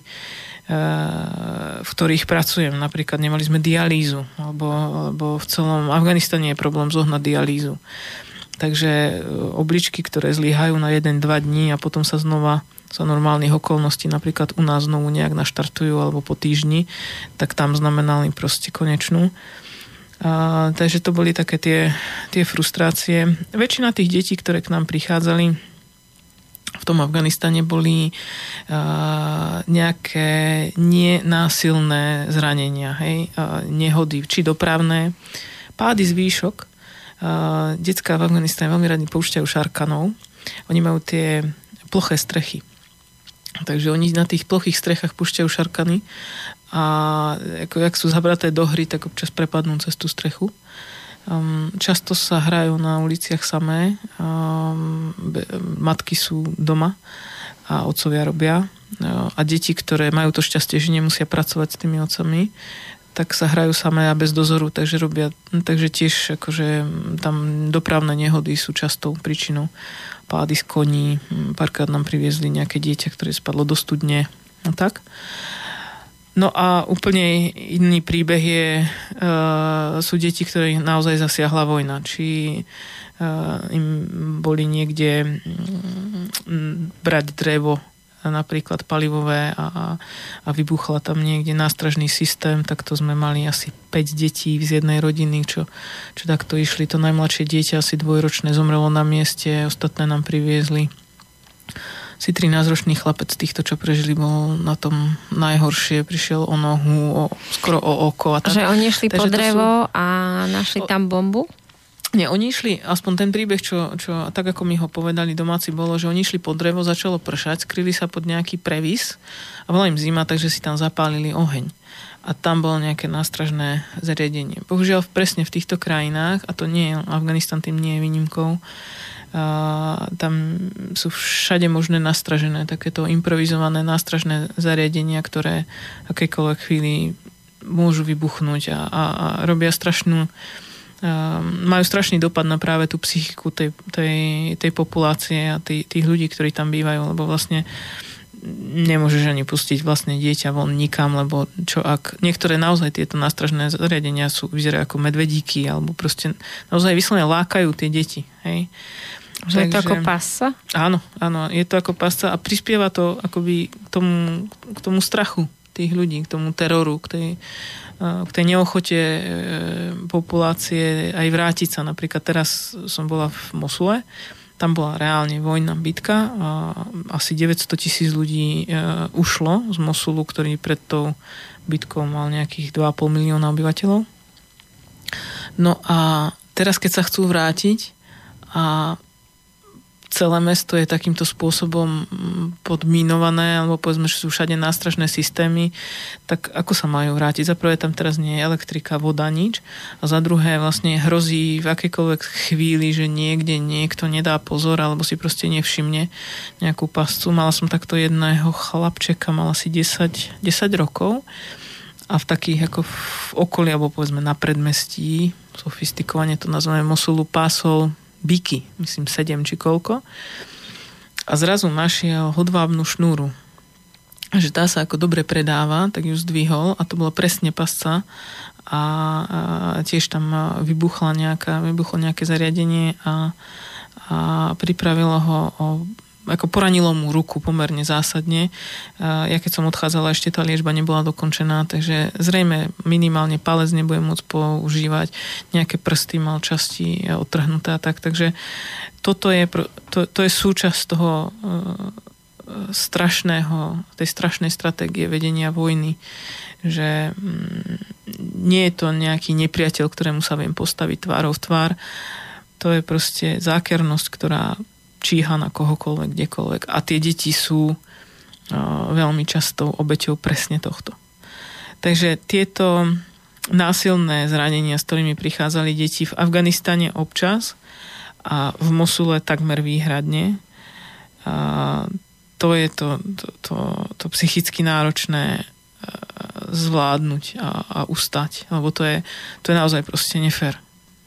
v ktorých pracujem. Napríklad nemali sme dialýzu, alebo, alebo v celom Afganistane je problém zohnať dialýzu. Takže obličky, ktoré zlyhajú na jeden dva dní a potom sa znova za normálnych okolností napríklad u nás znovu nejak naštartujú alebo po týždni, tak tam znamenali proste konečnú. A, takže to boli také tie, tie frustrácie. Väčšina tých detí, ktoré k nám prichádzali v tom Afganistane, boli a, nejaké nenásilné zranenia, hej? A, nehody, či dopravné, pády z výšok. Uh, detská v Afganistane veľmi radi poušťajú šarkanov. Oni majú tie ploché strechy. Takže oni na tých plochých strechách púšťajú šarkany a ako, jak sú zabraté do hry, tak občas prepadnú cez tú strechu. Um, často sa hrajú na uliciach samé. Um, be, matky sú doma a otcovia robia. A deti, ktoré majú to šťastie, že nemusia pracovať s tými otcami, tak sa hrajú samé a bez dozoru, takže robia, takže tiež akože tam dopravné nehody sú častou príčinou. Pády z koní, párkrát nám priviezli nejaké dieťa, ktoré spadlo do studne a tak. No a úplne iný príbeh je, uh, sú deti, ktoré naozaj zasiahla vojna. Či uh, im boli niekde um, brať drevo, napríklad palivové a, a vybuchla tam niekde nástražný systém, tak to sme mali asi päť detí z jednej rodiny, čo, čo takto išli. To najmladšie dieťa, asi dvojročné, zomrelo na mieste, ostatné nám priviezli. Si trinásťročný chlapec týchto, čo prežili, bol na tom najhoršie, prišiel o nohu, o, skoro o oko. A tak. Že oni šli po drevo sú... a našli o... tam bombu? Nie, oni išli, aspoň ten príbeh, čo, čo tak ako mi ho povedali domáci, bolo, že oni išli pod drevo, začalo pršať, skryli sa pod nejaký previs a bola im zima, takže si tam zapálili oheň. A tam bolo nejaké nástražné zariadenie. Bohužiaľ presne v týchto krajinách, a to nie je, Afganistan tým nie je výnimkou, a tam sú všade možné nastražené, takéto improvizované nástražné zariadenia, ktoré v akejkoľvek chvíli môžu vybuchnúť a, a, a robia strašnú majú strašný dopad na práve tú psychiku tej, tej, tej populácie a tých, tých ľudí, ktorí tam bývajú, lebo vlastne nemôžeš ani pustiť vlastne dieťa von nikam, lebo čo ak niektoré naozaj tieto nástražné zariadenia sú, vyzerajú ako medvedíky, alebo proste naozaj vyslovene lákajú tie deti, hej. Že Takže, je to ako pasca? Áno, áno, je to ako pasca a prispieva to akoby k tomu, k tomu strachu tých ľudí, k tomu teroru, k tej k tej neochote populácie aj vrátiť sa. Napríklad teraz som bola v Mosule, tam bola reálne vojna, bitka a asi deväťsto tisíc ľudí ušlo z Mosulu, ktorý pred tou bitkou mal nejakých dva a pol milióna obyvateľov. No a teraz, keď sa chcú vrátiť a celé mesto je takýmto spôsobom podminované, alebo povedzme, že sú všade nástražné systémy, tak ako sa majú vrátiť? Za prvé tam teraz nie je elektrika, voda, nič. A za druhé vlastne hrozí v akejkoľvek chvíli, že niekde niekto nedá pozor, alebo si proste nevšimne nejakú pascu. Mala som takto jedného chlapčeka, mal asi desať, desať rokov a v takých ako v okolí, alebo povedzme na predmestí, sofistikovane to nazveme Mosulu, pásol biky, myslím sedem či koľko. A zrazu našiel hodvábnu šnúru. A že tá sa ako dobre predáva, tak ju zdvihol a to bolo presne pasca a, a tiež tam vybuchla nejaká, vybuchlo nejaké zariadenie a, a pripravilo ho o ako poranilo mu ruku pomerne zásadne. Ja keď som odchádzala, ešte tá liečba nebola dokončená, takže zrejme minimálne palec nebude môcť používať, nejaké prsty mal časti odtrhnuté a tak, takže toto je, to, to je súčasť toho strašného, tej strašnej stratégie vedenia vojny, že nie je to nejaký nepriateľ, ktorému sa viem postaviť tvárou v tvár, to je proste zákernosť, ktorá číha na kohokoľvek, kdekoľvek. A tie deti sú uh, veľmi často obeťou presne tohto. Takže tieto násilné zranenia, s ktorými prichádzali deti v Afganistane občas a v Mosule takmer výhradne, uh, to je to, to, to, to psychicky náročné uh, zvládnuť a, a ustať. Lebo to je, to je naozaj proste nefér.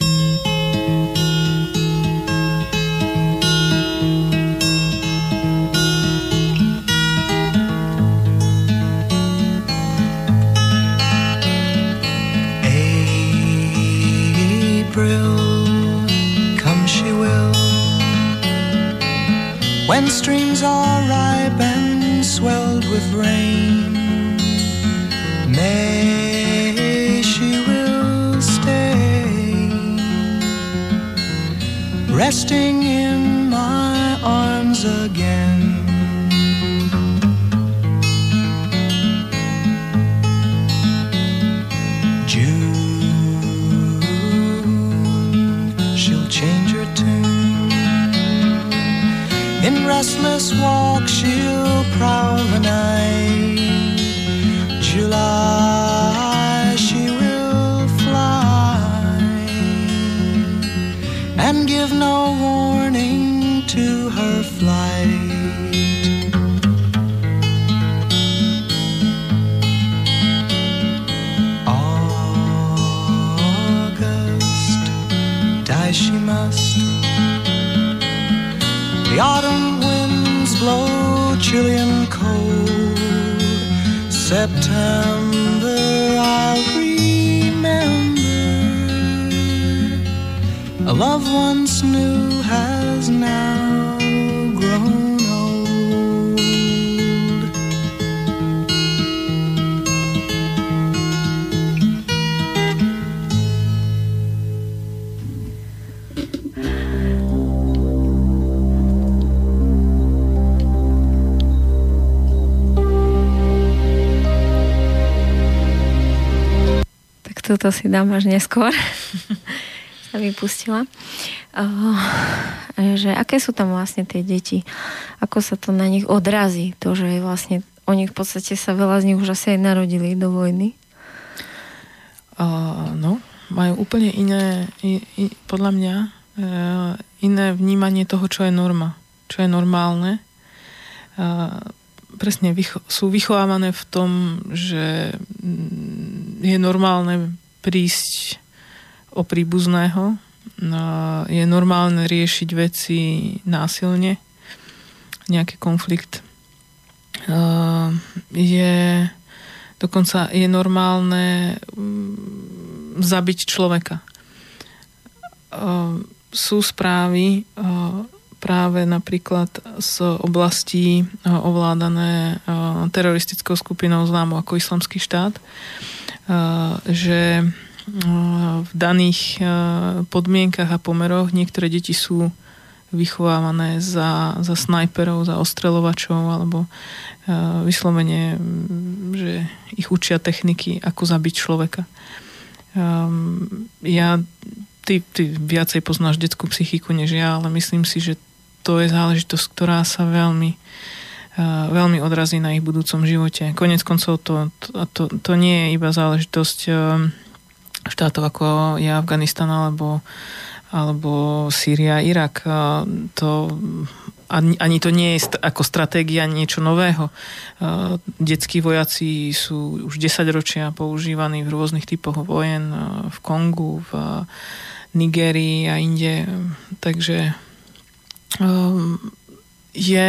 When streams are ripe and swelled with rain, May she will stay, resting in my arms again. June, she'll change her tune. In restless walk she'll prowl the night. July she will fly and give no warning to her flight. die she must. The autumn winds blow chilly and cold. September I'll remember. A love once new has now grown old. Tak toto si dám až neskôr. Sa vypustila. Uh, že aké sú tam vlastne tie deti? Ako sa to na nich odrazí? To, že vlastne oni v podstate sa veľa z nich už asi aj narodili do vojny. Uh, no, majú úplne iné, i, i, podľa mňa, uh, iné vnímanie toho, čo je norma. Čo je normálne. Uh, presne vycho- sú vychovávané v tom, že je normálne prísť o príbuzného. Je normálne riešiť veci násilne. Nejaký konflikt. Je dokonca je normálne zabiť človeka. Sú správy práve napríklad z oblastí ovládané teroristickou skupinou známou ako Islamský štát, že v daných podmienkach a pomeroch niektoré deti sú vychovávané za, za snajperov, za ostreľovačov alebo vyslovene, že ich učia techniky, ako zabiť človeka. Ja, ty, ty viacej poznáš detskú psychiku než ja, ale myslím si, že to je záležitosť, ktorá sa veľmi veľmi odrazí na ich budúcom živote. Koniec koncov to, to, to, to nie je iba záležitosť štátov ako je Afganistan alebo, alebo Sýria, Irak. To, ani, ani to nie je st- ako stratégia niečo nového. Detskí vojaci sú už desaťročia používaní v rôznych typoch vojen v Kongu, v Nigérii a inde. Takže je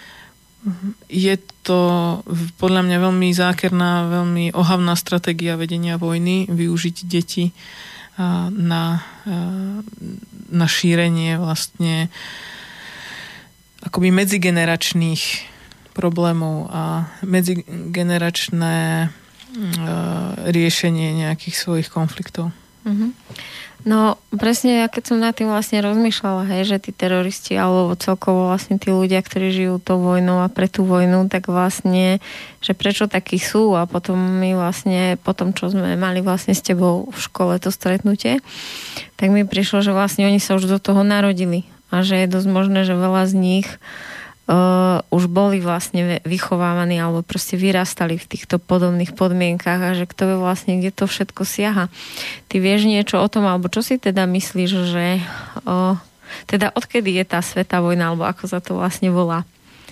je to podľa mňa veľmi zákerná, veľmi ohavná stratégia vedenia vojny, využiť deti na, na šírenie vlastne akoby medzigeneračných problémov a medzigeneračné riešenie nejakých svojich konfliktov. Mm-hmm. No, presne, ja keď som nad tým vlastne rozmýšľala, hej, že tí teroristi alebo celkovo vlastne tí ľudia, ktorí žijú tou vojnou a pre tú vojnu, tak vlastne, že prečo takí sú a potom my vlastne, potom čo sme mali vlastne s tebou v škole to stretnutie, tak mi prišlo, že vlastne oni sa už do toho narodili a že je dosť možné, že veľa z nich Uh, už boli vlastne vychovávaní alebo proste vyrastali v týchto podobných podmienkach a že kto vie vlastne, kde to všetko siaha. Ty vieš niečo o tom, alebo čo si teda myslíš, že uh, teda odkedy je tá svätá vojna, alebo ako sa to vlastne volá?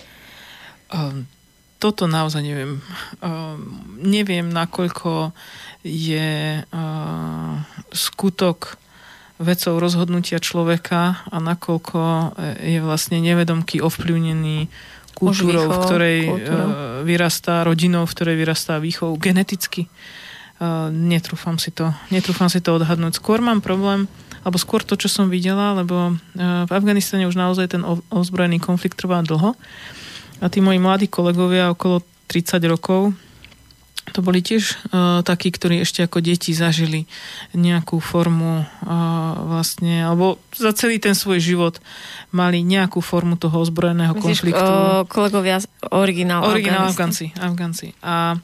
Um, toto naozaj neviem. Um, neviem, nakoľko je uh, skutok vecou rozhodnutia človeka a nakoľko je vlastne nevedomky ovplyvnený kultúrou, v ktorej kultúrou. vyrastá, rodinou, v ktorej vyrastá výchov geneticky. Netrúfam si to, netrúfam si to odhadnúť. Skôr mám problém, alebo skôr to, čo som videla, lebo v Afganistane už naozaj ten ozbrojený konflikt trvá dlho a tí moji mladí kolegovia okolo tridsať rokov to boli tiež uh, takí, ktorí ešte ako deti zažili nejakú formu uh, vlastne, alebo za celý ten svoj život mali nejakú formu toho ozbrojeného Myslíš, konfliktu. Uh, kolegovia originál Originál Afganci. Afganci. A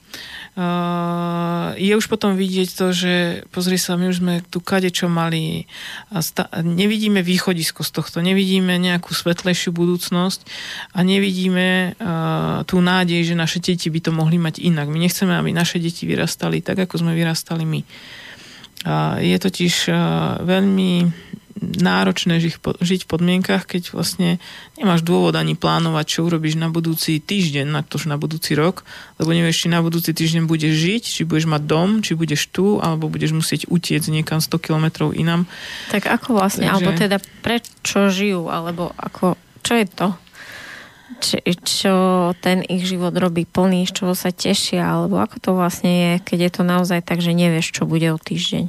uh, je už potom vidieť to, že pozri sa, my už sme tu kadečo mali a sta- nevidíme východisko z tohto, nevidíme nejakú svetlejšiu budúcnosť a nevidíme uh, tú nádej, že naše deti by to mohli mať inak. My nechceme, aby naše deti vyrastali tak, ako sme vyrastali my. A je totiž veľmi náročné žiť, žiť v podmienkach, keď vlastne nemáš dôvod ani plánovať, čo urobíš na budúci týždeň, na to, na budúci rok, lebo nevieš, či na budúci týždeň budeš žiť, či budeš mať dom, či budeš tu, alebo budeš musieť utiecť niekam sto kilometrov inam. Tak ako vlastne, Takže... alebo teda prečo žijú, alebo ako, čo je to? Či, čo ten ich život robí plný, z čoho sa tešia, alebo ako to vlastne je, keď je to naozaj tak, že nevieš, čo bude o týždeň?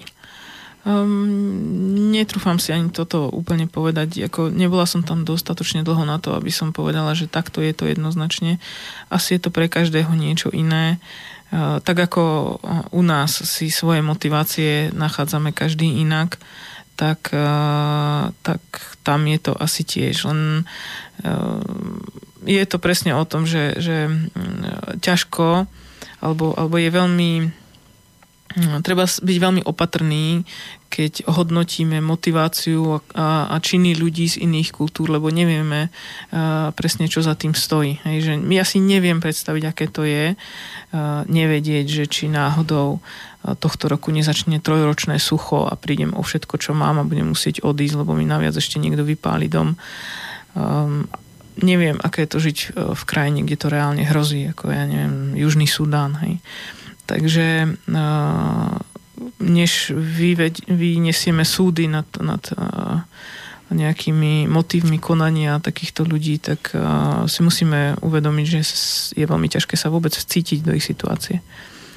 Um, netrúfam si ani toto úplne povedať. Ako, nebola som tam dostatočne dlho na to, aby som povedala, že takto je to jednoznačne. Asi je to pre každého niečo iné. Uh, tak ako u nás si svoje motivácie nachádzame každý inak, tak, uh, tak tam je to asi tiež. Len uh, je to presne o tom, že, že ťažko alebo, alebo je veľmi treba byť veľmi opatrný, keď hodnotíme motiváciu a, a činy ľudí z iných kultúr, lebo nevieme a, presne, čo za tým stojí. Hej, že ja si neviem predstaviť, aké to je a, nevedieť, že či náhodou tohto roku nezačne trojročné sucho a prídem o všetko, čo mám a budem musieť odísť, lebo mi naviac ešte niekto vypáli dom. Um, neviem, aké je to žiť v krajine, kde to reálne hrozí, ako ja neviem, Južný Sudán, hej. Takže než vynesieme súdy nad, nad nejakými motívmi konania takýchto ľudí, tak si musíme uvedomiť, že je veľmi ťažké sa vôbec vcítiť do ich situácie.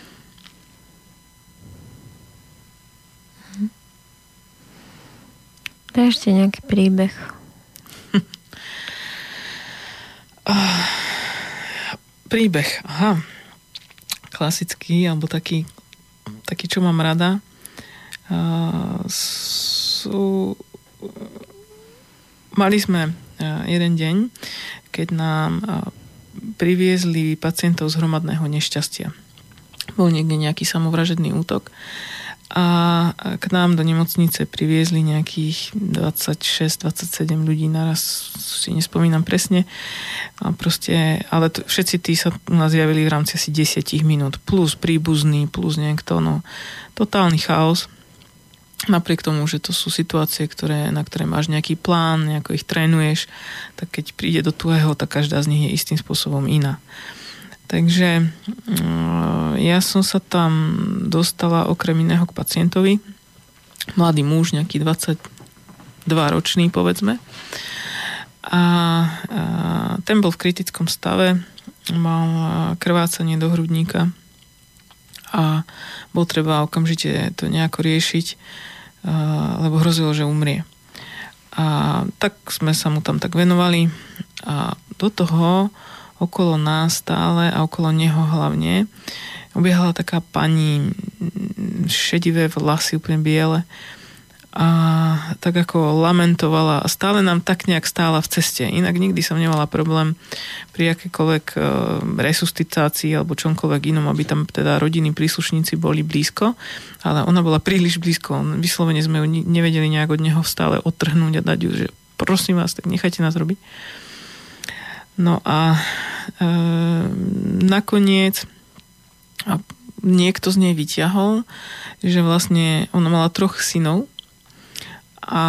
To je ešte nejaký príbeh. Príbeh, aha. Klasický, alebo taký, taký, čo mám rada. Uh, sú... Mali sme uh, jeden deň, keď nám uh, priviezli pacientov z hromadného nešťastia. Bol niekde nejaký samovražedný útok a k nám do nemocnice priviezli nejakých dvadsaťšesť dvadsaťsedem ľudí naraz, si nespomínam presne. A proste, ale to, všetci tí sa u nás javili v rámci asi desať minút, plus príbuzný, plus niekto, no totálny chaos. Napriek tomu, že to sú situácie, ktoré, na ktoré máš nejaký plán, nejako ich trénuješ, tak keď príde do tvojho, tak každá z nich je istým spôsobom iná. Takže ja som sa tam dostala okrem iného k pacientovi. Mladý muž, nejaký dvadsaťdva ročný, povedzme. A, a ten bol v kritickom stave, mal krvácanie do hrudníka a bol treba okamžite to nejako riešiť, lebo hrozilo, že umrie. A tak sme sa mu tam tak venovali a do toho okolo nás stále a okolo neho hlavne obiehala taká pani, šedivé vlasy, úplne biele, a tak ako lamentovala a stále nám tak nejak stála v ceste. Inak nikdy som nemala problém pri akékoľvek e, resuscitácii alebo čomkoľvek inom, aby tam teda rodinní príslušníci boli blízko, ale ona bola príliš blízko. Vyslovene sme ju nevedeli nejak od neho stále odtrhnúť a dať ju, že prosím vás, tak nechajte nás robiť. No a e, nakoniec a niekto z nej vyťahol, že vlastne ona mala troch synov a, a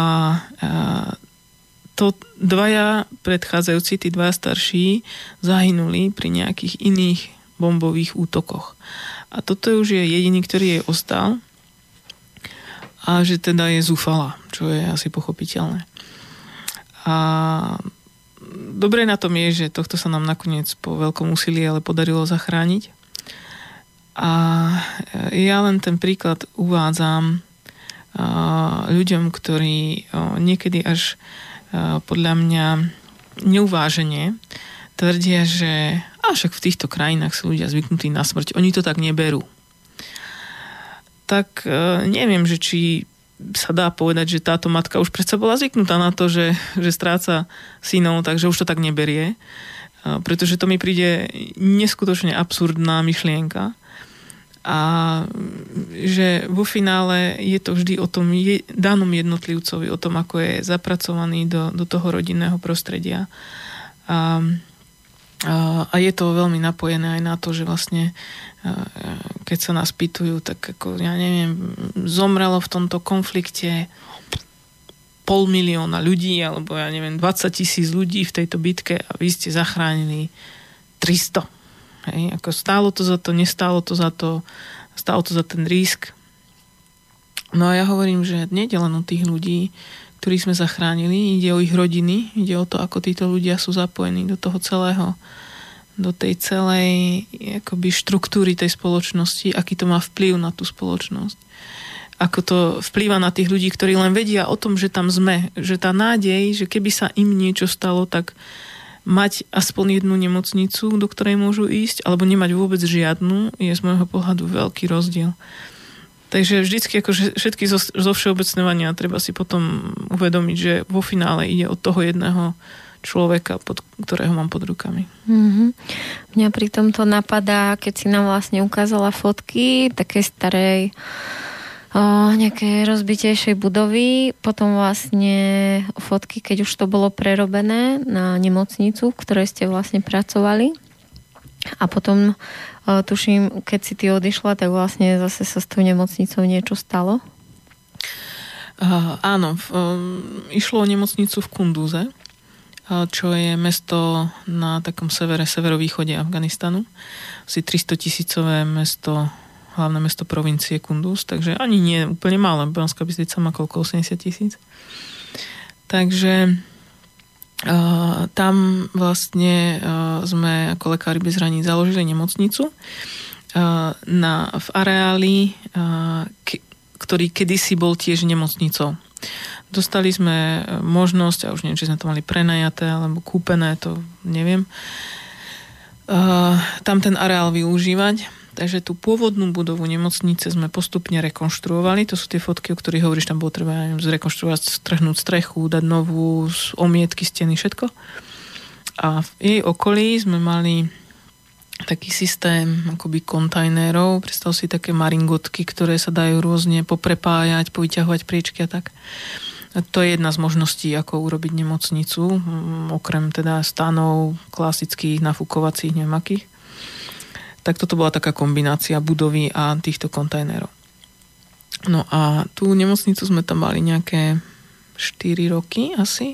to dvaja predchádzajúci, tí dvaja starší, zahynuli pri nejakých iných bombových útokoch. A toto už je jediný, ktorý jej ostal a že teda je zúfala, čo je asi pochopiteľné. A dobre na tom je, že tohto sa nám nakoniec po veľkom úsilí ale podarilo zachrániť. A ja len ten príklad uvádzam ľuďom, ktorí niekedy až podľa mňa neuvážene tvrdia, že a však v týchto krajinách sú ľudia zvyknutí na smrť. Oni to tak neberú. Tak neviem, že či sa dá povedať, že táto matka už predsa bola zvyknutá na to, že, že stráca synov, takže už to tak neberie. Pretože to mi príde neskutočne absurdná myšlienka. A že vo finále je to vždy o tom je, danom jednotlivcovi, o tom, ako je zapracovaný do, do toho rodinného prostredia. A, a, a je to veľmi napojené aj na to, že vlastne keď sa nás pýtujú, tak ako, ja neviem, zomrelo v tomto konflikte pol milióna ľudí, alebo ja neviem, dvadsať tisíc ľudí v tejto bitke a vy ste zachránili tristo. Hej, ako stálo to za to, nestálo to za to, stálo to za ten risk. No a ja hovorím, že nejde len o tých ľudí, ktorých sme zachránili, ide o ich rodiny, ide o to, ako títo ľudia sú zapojení do toho celého, do tej celej akoby štruktúry tej spoločnosti, aký to má vplyv na tú spoločnosť. Ako to vplýva na tých ľudí, ktorí len vedia o tom, že tam sme. Že tá nádej, že keby sa im niečo stalo, tak mať aspoň jednu nemocnicu, do ktorej môžu ísť, alebo nemať vôbec žiadnu, je z môjho pohľadu veľký rozdiel. Takže vždycky ako všetky zo, zo všeobecňovania treba si potom uvedomiť, že vo finále ide od toho jedného človeka, pod, ktorého mám pod rukami. Mm-hmm. Mňa pri tomto napadá, keď si nám vlastne ukázala fotky takej starej o, nejaké rozbitejšej budovy, potom vlastne fotky, keď už to bolo prerobené na nemocnicu, v ktorej ste vlastne pracovali. A potom o, tuším, keď si ty odišla, tak vlastne zase sa s tou nemocnicou niečo stalo? Uh, áno, v, um, išlo o nemocnicu v Kunduze, čo je mesto na takom severe, severovýchode Afganistanu. Asi tristotisícové mesto, hlavné mesto provincie Kunduz, takže ani nie úplne malé. Banská Bystrica má koľko? osemdesiat tisíc. Takže uh, tam vlastne uh, sme ako Lekári bez hraníc založili nemocnicu uh, na, v areáli, uh, k, ktorý kedysi bol tiež nemocnicou. Dostali sme možnosť, a už neviem, či sme to mali prenajaté alebo kúpené, to neviem, uh, tam ten areál využívať. Takže tú pôvodnú budovu nemocnice sme postupne rekonštruovali. To sú tie fotky, o ktorých hovoríš, tam bolo treba, ja neviem, zrekonštruovať, strhnúť strechu, dať novú, omietky, steny, všetko. A v jej okolí sme mali taký systém akoby kontajnerov. Predstav si také maringotky, ktoré sa dajú rôzne poprepájať, povyťahovať priečky a tak. A to je jedna z možností, ako urobiť nemocnicu, okrem teda stanov, klasických, nafúkovacích, neviem akých. Tak toto bola taká kombinácia budovy a týchto kontajnerov. No a tú nemocnicu sme tam mali nejaké štyri roky asi.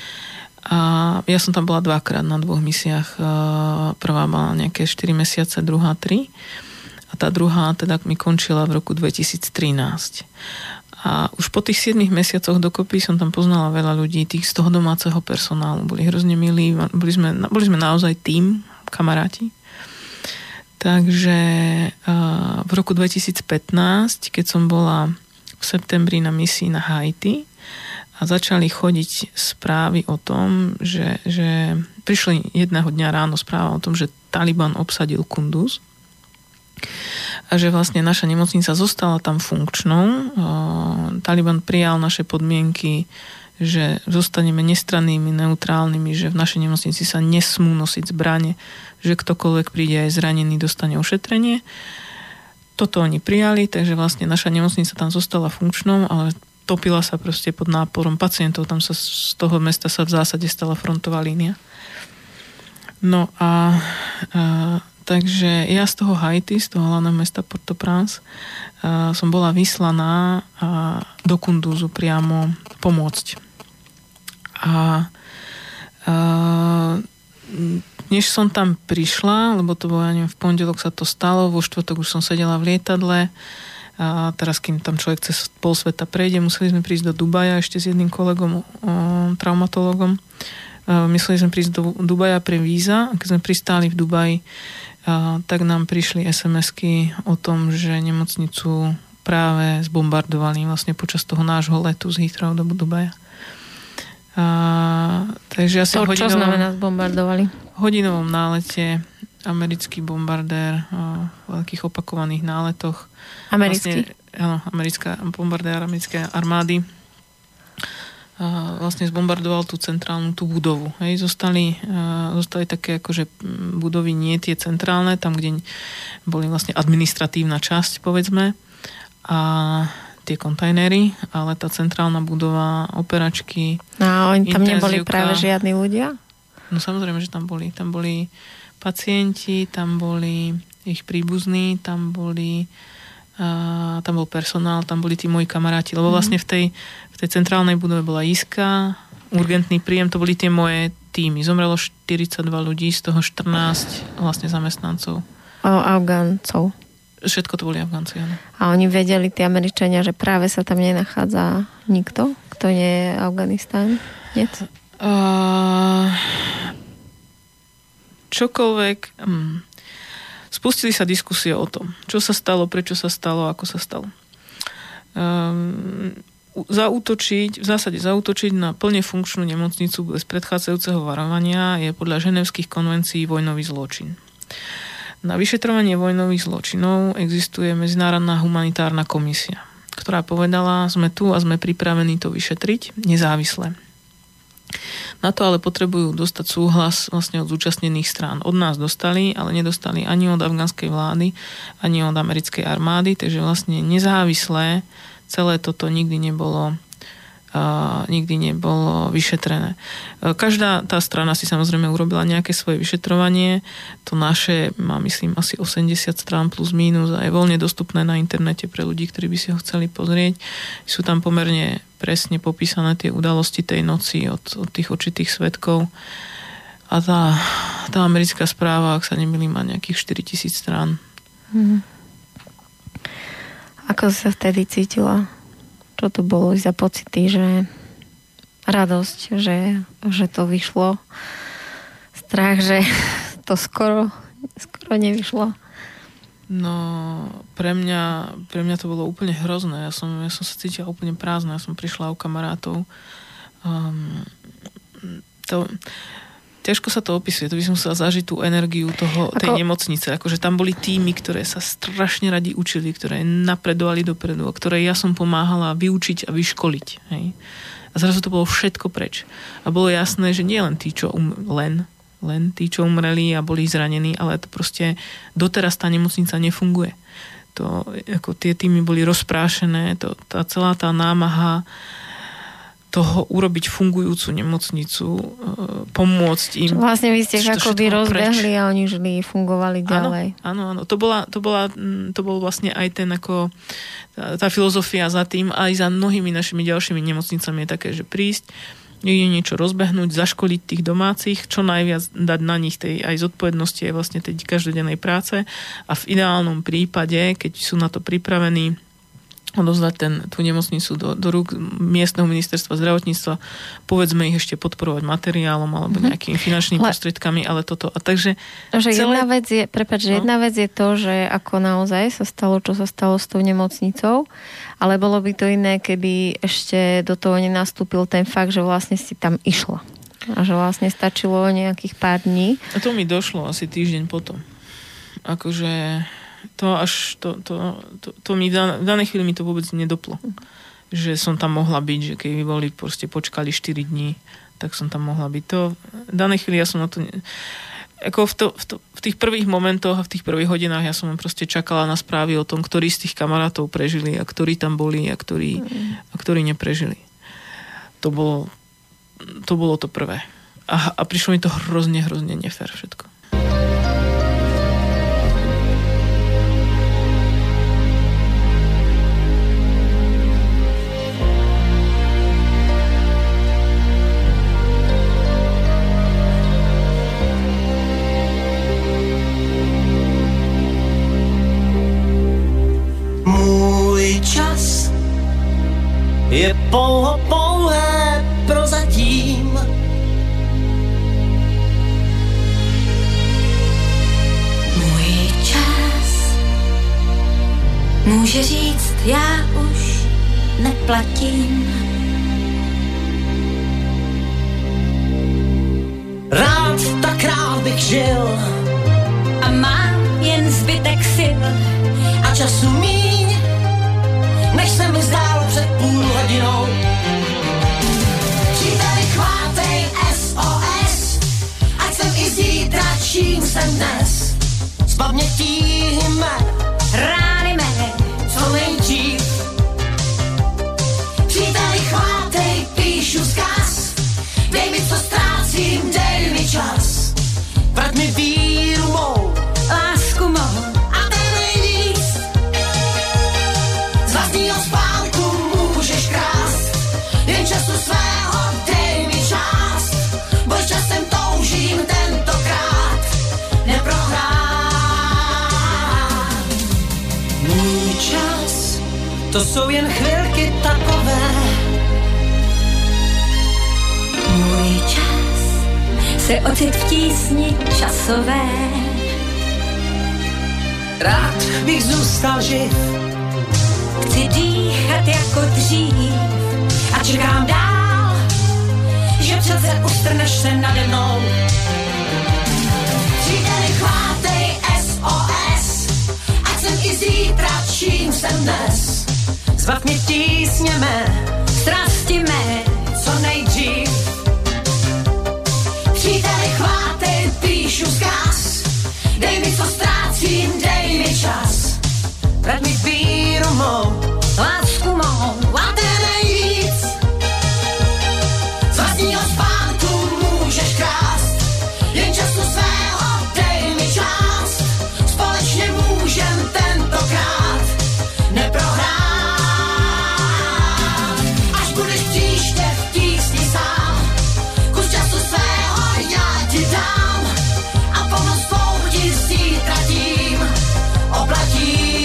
A ja som tam bola dvakrát na dvoch misiách. Prvá mala nejaké štyri mesiace, druhá tri. A tá druhá teda mi končila v roku dvetisíctrinásť. A už po tých siedmich mesiacoch dokopy som tam poznala veľa ľudí, tých z toho domáceho personálu. Boli hrozne milí, boli sme, boli sme naozaj tím, kamaráti. Takže v roku dvetisícpätnásť, keď som bola v septembri na misii na Haiti, a začali chodiť správy o tom, že, že prišli jedného dňa ráno správa o tom, že Taliban obsadil Kunduz a že vlastne naša nemocnica zostala tam funkčnou. Taliban prijal naše podmienky, že zostaneme nestrannými, neutrálnymi, že v našej nemocnici sa nesmú nosiť zbrane, že ktokoľvek príde aj zranený, dostane ošetrenie. Toto oni prijali, takže vlastne naša nemocnica tam zostala funkčnou, ale topila sa proste pod náporom pacientov. Tam sa z toho mesta sa v zásade stala frontová línia. No a, a takže ja z toho Haiti, z toho hlavného mesta Port-au-Prince a, som bola vyslaná a, do Kunduzu priamo pomôcť. A, a než som tam prišla, lebo to bolo, ja neviem, v pondelok sa to stalo, vo štvrtok už som sedela v lietadle. A teraz, kým tam človek cez pol sveta prejde, museli sme prísť do Dubaja ešte s jedným kolegom, o, traumatologom. A mysleli sme prísť do Dubaja pre víza. A keď sme pristáli v Dubaji, a, tak nám prišli es em esky o tom, že nemocnicu práve zbombardovali vlastne počas toho nášho letu z Heathrow do Dubaja. A, takže asi to čo hodinovom, znamená zbombardovali? hodinovom nálete americký bombardér v veľkých opakovaných náletoch. Americký? Vlastne, áno, americká bombardér americkej armády a vlastne zbombardoval tú centrálnu, tú budovu. Hej, zostali, zostali také akože budovy, nie tie centrálne, tam, kde boli vlastne administratívna časť, povedzme, a tie kontajnery, ale tá centrálna budova, operačky, no, oni tam neboli práve žiadni ľudia? No samozrejme, že tam boli. Tam boli pacienti, tam boli ich príbuzní, tam boli A tam bol personál, tam boli tí moji kamaráti, lebo vlastne v tej, v tej centrálnej budove bola iska, urgentný príjem, to boli tie moje týmy. Zomrelo štyridsaťdva ľudí, z toho štrnásť vlastne zamestnancov. O Afgáncov. Všetko to boli Afgánci, áno. A oni vedeli, tí Američania, že práve sa tam nenachádza nikto, kto nie je Afganistán? Nie? Uh, čokoľvek... Um, spustili sa diskusie o tom, čo sa stalo, prečo sa stalo, ako sa stalo. Um, zaútočiť, v zásade zaútočiť na plne funkčnú nemocnicu bez predchádzajúceho varovania je podľa ženevských konvencií vojnový zločin. Na vyšetrovanie vojnových zločinov existuje Medzinárodná humanitárna komisia, ktorá povedala, sme tu a sme pripravení to vyšetriť nezávisle. Na to ale potrebujú dostať súhlas vlastne od zúčastnených strán. Od nás dostali, ale nedostali ani od afgánskej vlády, ani od americkej armády, takže vlastne nezávislé celé toto nikdy nebolo Uh, nikdy nebolo vyšetrené. Uh, každá tá strana si samozrejme urobila nejaké svoje vyšetrovanie. To naše má, myslím, asi osemdesiat strán plus mínus a je voľne dostupné na internete pre ľudí, ktorí by si ho chceli pozrieť. Sú tam pomerne presne popísané tie udalosti tej noci od, od tých očitých svedkov. A tá, tá americká správa, ak sa nemýlim, má nejakých štyritisíc strán. Hmm. Ako si sa vtedy cítila? Čo to bolo za pocity, že radosť, že, že to vyšlo, strach, že to skoro, skoro nevyšlo? No, pre mňa, pre mňa to bolo úplne hrozné. Ja som, ja som sa cítila úplne prázdna. Ja som prišla u kamarátov. Um, to... Ťažko sa to opisuje, to by som musela zažiť tú energiu toho, tej Ako... nemocnice. Akože tam boli týmy, ktoré sa strašne radi učili, ktoré napredovali dopredu, a ktoré ja som pomáhala vyučiť a vyškoliť. Hej. A zrazu to bolo všetko preč. A bolo jasné, že nie len tí, čo um, len, len tí, čo umreli a boli zranení, ale to proste doteraz tá nemocnica nefunguje. To, ako tie týmy boli rozprášené, to, tá celá tá námaha toho urobiť fungujúcu nemocnicu, pomôcť im. Čo vlastne vy ste ich akoby rozbehli a oni žili, fungovali ďalej. Áno, áno. To bola, to bola, to bol vlastne aj ten ako tá, tá filozofia za tým, aj za mnohými našimi ďalšími nemocnicami je také, že prísť, niekde niečo rozbehnúť, zaškoliť tých domácich, čo najviac dať na nich tej aj zodpovednosti aj vlastne tej každodennej práce a v ideálnom prípade, keď sú na to pripravení, odovzdať ten, tú nemocnicu do, do rúk miestneho ministerstva zdravotníctva, povedzme ich ešte podporovať materiálom alebo nejakými finančnými Le... prostriedkami, ale toto. A takže... Že celé... jedna vec je, prepáč, že no? jedna vec je to, že ako naozaj sa stalo, čo sa stalo s tou nemocnicou, ale bolo by to iné, keby ešte do toho nenastúpil ten fakt, že vlastne si tam išla. A že vlastne stačilo nejakých pár dní. A to mi došlo asi týždeň potom. Akože... To až, to, to, to, to mi v danej chvíli mi to vôbec nedoplo. Že som tam mohla byť, že keby boli proste počkali štyri dní, tak som tam mohla byť. To v danej chvíli ja som na to... Ako v, to, v, to, v tých prvých momentoch a v tých prvých hodinách ja som proste čakala na správy o tom, ktorí z tých kamarátov prežili a ktorí tam boli a ktorí, a ktorí neprežili. To bolo to, bolo to prvé. A, a prišlo mi to hrozne, hrozne nefér všetko. Čas je pouho pouhé prozatím. Můj čas může říct, já už neplatím. Rád tak rád bych žil a mám jen zbytek sil a času míň, než se mi zdálo před půl hodinou. Příteli, chvátej S O S, ať jsem i zítra, čím jsem dnes. Z pamětí jmen, rány mé, co nejdřív. Příteli, chvátej, píšu vzkaz, dej mi, co ztrácím, dej mi čas. Vrať mi víru mou, lásku mou a ten nejvíc. to jsou jen chvilky takové. Můj čas se ocit v tísni časové. Rád bych zůstal živ, chci dýchat jako dřív a čekám dál, že přece ustrneš se nade mnou. Příteli, chvátej S O S, ať jsem i zítra, čím jsem dnes. Zbav mě tísně mé, strasti mé, co nejdřív. Příteli, chvátej, píšu vzkaz, dej mi, co ztrácím, dej mi čas. Vrať mi víru mou, lásku mou, a to je nejvíc. Z vlastního spánku můžeš krást, jen času svého dej mi část. Společně můžem tentokrát neprohrát. Až budeš příště v tísni sám, kus času svého já ti dám a pomoc svou ti zítra tím oplatím.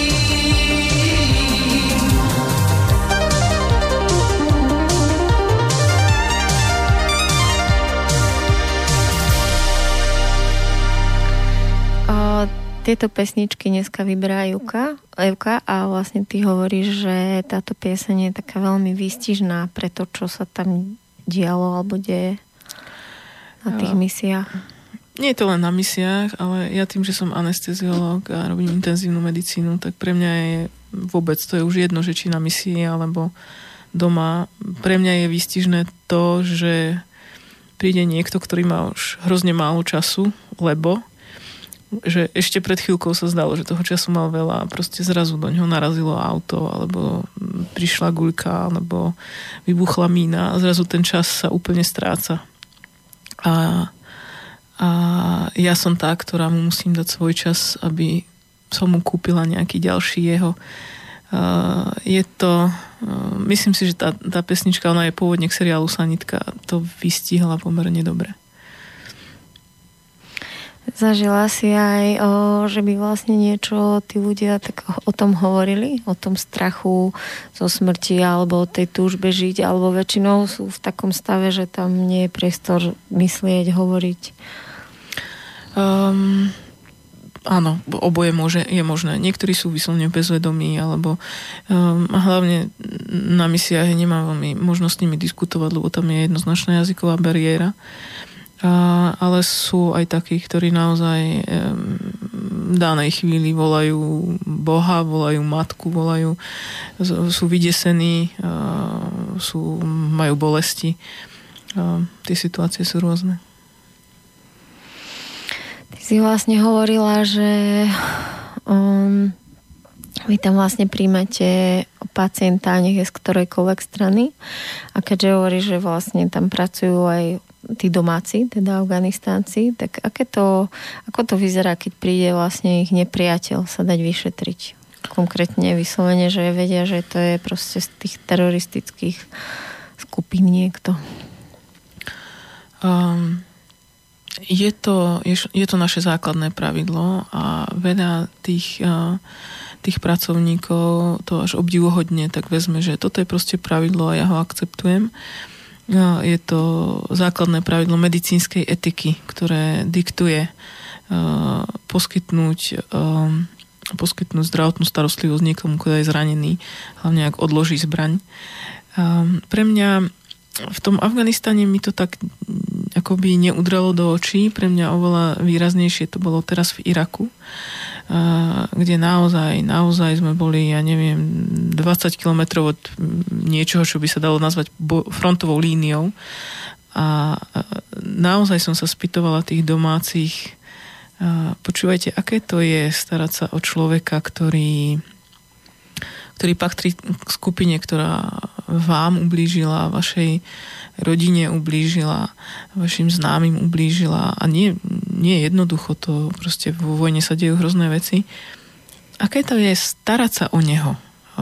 Tieto pesničky dneska vyberá Evka, Evka a vlastne ty hovoríš, že táto pieseň je taká veľmi výstižná pre to, čo sa tam dialo alebo deje na tých misiách. Nie je to len na misiách, ale ja tým, že som anesteziológ a robím intenzívnu medicínu, tak pre mňa je vôbec, to je už jedno, že či na misii alebo doma. Pre mňa je výstižné to, že príde niekto, ktorý má už hrozne málo času, lebo že ešte pred chvíľkou sa zdalo, že toho času mal veľa a proste zrazu do ňoho narazilo auto, alebo prišla guľka, alebo vybuchla mína a zrazu ten čas sa úplne stráca. A, a ja som tá, ktorá mu musím dať svoj čas, aby som mu kúpila nejaký ďalší jeho. Uh, je to, uh, myslím si, že tá, tá pesnička, ona je pôvodne k seriálu Sanitka, to vystihla pomerne dobre. Zažila si aj, o, že by vlastne niečo tí ľudia tak o tom hovorili, o tom strachu zo smrti alebo o tej túžbe žiť, alebo väčšinou sú v takom stave, že tam nie je priestor myslieť, hovoriť? Um, áno, oboje môže, je možné. Niektorí sú vyslovene bezvedomí, alebo um, hlavne na misiách nemám veľmi možnosť s nimi diskutovať, lebo tam je jednoznačná jazyková bariéra. A, ale sú aj takí, ktorí naozaj v danej chvíli volajú Boha, volajú matku, volajú, sú vydesení, sú, majú bolesti. A tie situácie sú rôzne. Ty si vlastne hovorila, že um, vy tam vlastne príjmate pacienta, nech je z ktorejkoľvek strany. A keďže hovoríš, že vlastne tam pracujú aj tí domáci, teda Afganistánci, tak aké to, ako to vyzerá, keď príde vlastne ich nepriateľ sa dať vyšetriť? Konkrétne vyslovene, že vedia, že to je proste z tých teroristických skupín niekto. Um, je, to, je, je to naše základné pravidlo a veľa tých, uh, tých pracovníkov to až obdivuhodne tak vezme, že toto je proste pravidlo a ja ho akceptujem. Je to základné pravidlo medicínskej etiky, ktoré diktuje uh, poskytnúť, uh, poskytnúť zdravotnú starostlivosť niekomu, kto je zranený, hlavne ak odloží zbraň. Uh, pre mňa v tom Afganistane mi to tak akoby neudralo do očí. Pre mňa oveľa výraznejšie to bolo teraz v Iraku, kde naozaj, naozaj sme boli, ja neviem, dvadsať kilometrov od niečoho, čo by sa dalo nazvať frontovou líniou. A naozaj som sa spýtovala tých domácich, počúvajte, aké to je starať sa o človeka, ktorý, ktorý patrí k skupine, ktorá vám ublížila, vašej rodine ublížila, vašim známym ublížila a nie, nie jednoducho to, proste vo vojne sa dejú hrozné veci. Aké to je starať sa o neho?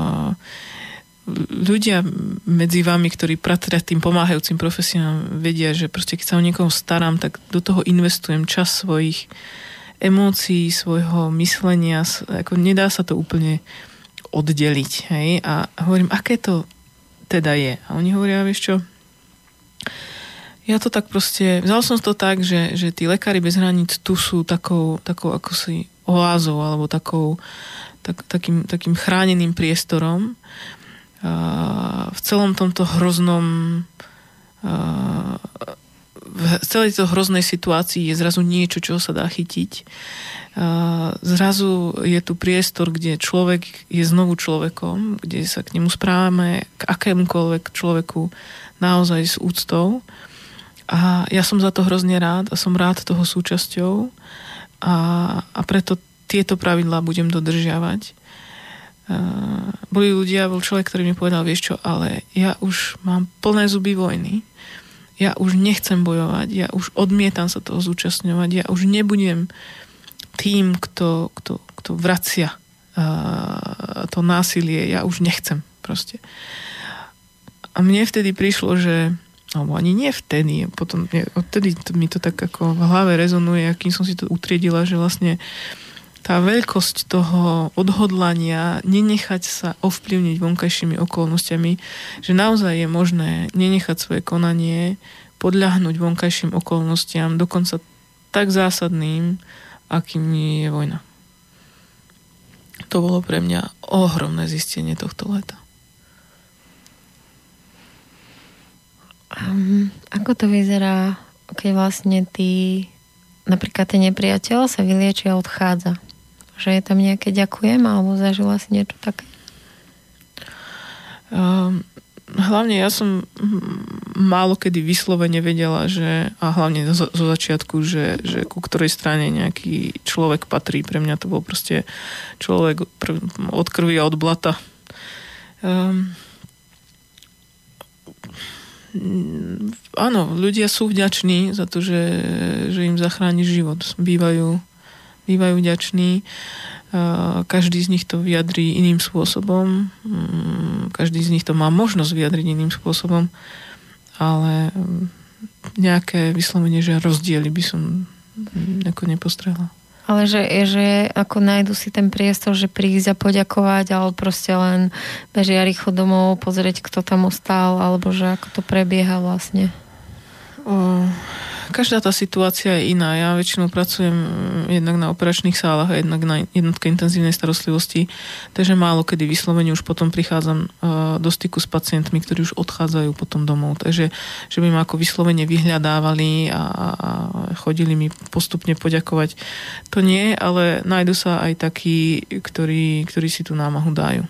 Ľudia medzi vami, ktorí patria tým pomáhajúcim profesiám, vedia, že proste keď sa o niekoho starám, tak do toho investujem čas svojich emócií, svojho myslenia, ako nedá sa to úplne tak oddeliť. Hej? A hovorím, aké to teda je? A oni hovoria, vieš čo, ja to tak proste, vzal som to tak, že, že tí lekári bez hraníc tu sú takou, takou ako si oázou, alebo takou, tak, takým, takým chráneným priestorom a v celom tomto hroznom a v celej to hroznej situácii je zrazu niečo, čo sa dá chytiť. Zrazu je tu priestor, kde človek je znovu človekom, kde sa k nemu správame k akémukoľvek človeku naozaj s úctou. A ja som za to hrozne rád a som rád toho súčasťou a, a preto tieto pravidlá budem dodržiavať. Boli ľudia, bol človek, ktorý mi povedal, vieš čo, ale ja už mám plné zuby vojny. Ja už nechcem bojovať, ja už odmietam sa toho zúčastňovať, ja už nebudem tým, kto, kto, kto vracia uh, to násilie, ja už nechcem proste. A mne vtedy prišlo, že alebo ani nie vtedy, potom odtedy to, mi to tak ako v hlave rezonuje, akým som si to utriedila, že vlastne tá veľkosť toho odhodlania nenechať sa ovplyvniť vonkajšími okolnostiami, že naozaj je možné nenechať svoje konanie podľahnúť vonkajším okolnostiam, dokonca tak zásadným, akým je vojna. To bolo pre mňa ohromné zistenie tohto leta. Um, ako to vyzerá, keď vlastne ty, napríklad ten nepriateľ sa vylieči a odchádza? Že je tam nejaké ďakujem, alebo zažila si niečo také? Um, hlavne ja som málo kedy vyslovene vedela, že, a hlavne zo, zo začiatku, že, že ku ktorej strane nejaký človek patrí. Pre mňa to bol proste človek od krvi a od blata. Um, áno, ľudia sú vďační za to, že, že im zachráni život. Bývajú bývajú vďační. Každý z nich to vyjadrí iným spôsobom. Každý z nich to má možnosť vyjadriť iným spôsobom. Ale nejaké vyslovene, že rozdiely by som ako nepostrehla. Ale že, že ako nájdu si ten priestor, že prísť a poďakovať, alebo proste len bežia rýchlo domov, pozrieť, kto tam ostal, alebo že ako to prebieha vlastne? O... Každá tá situácia je iná. Ja väčšinou pracujem jednak na operačných sálach a jednak na jednotke intenzívnej starostlivosti, takže málo kedy vyslovene už potom prichádzam do styku s pacientmi, ktorí už odchádzajú potom domov. Takže, že by ma ako vyslovene vyhľadávali a, a chodili mi postupne poďakovať. To nie, ale nájdu sa aj takí, ktorí, ktorí si tú námahu dajú.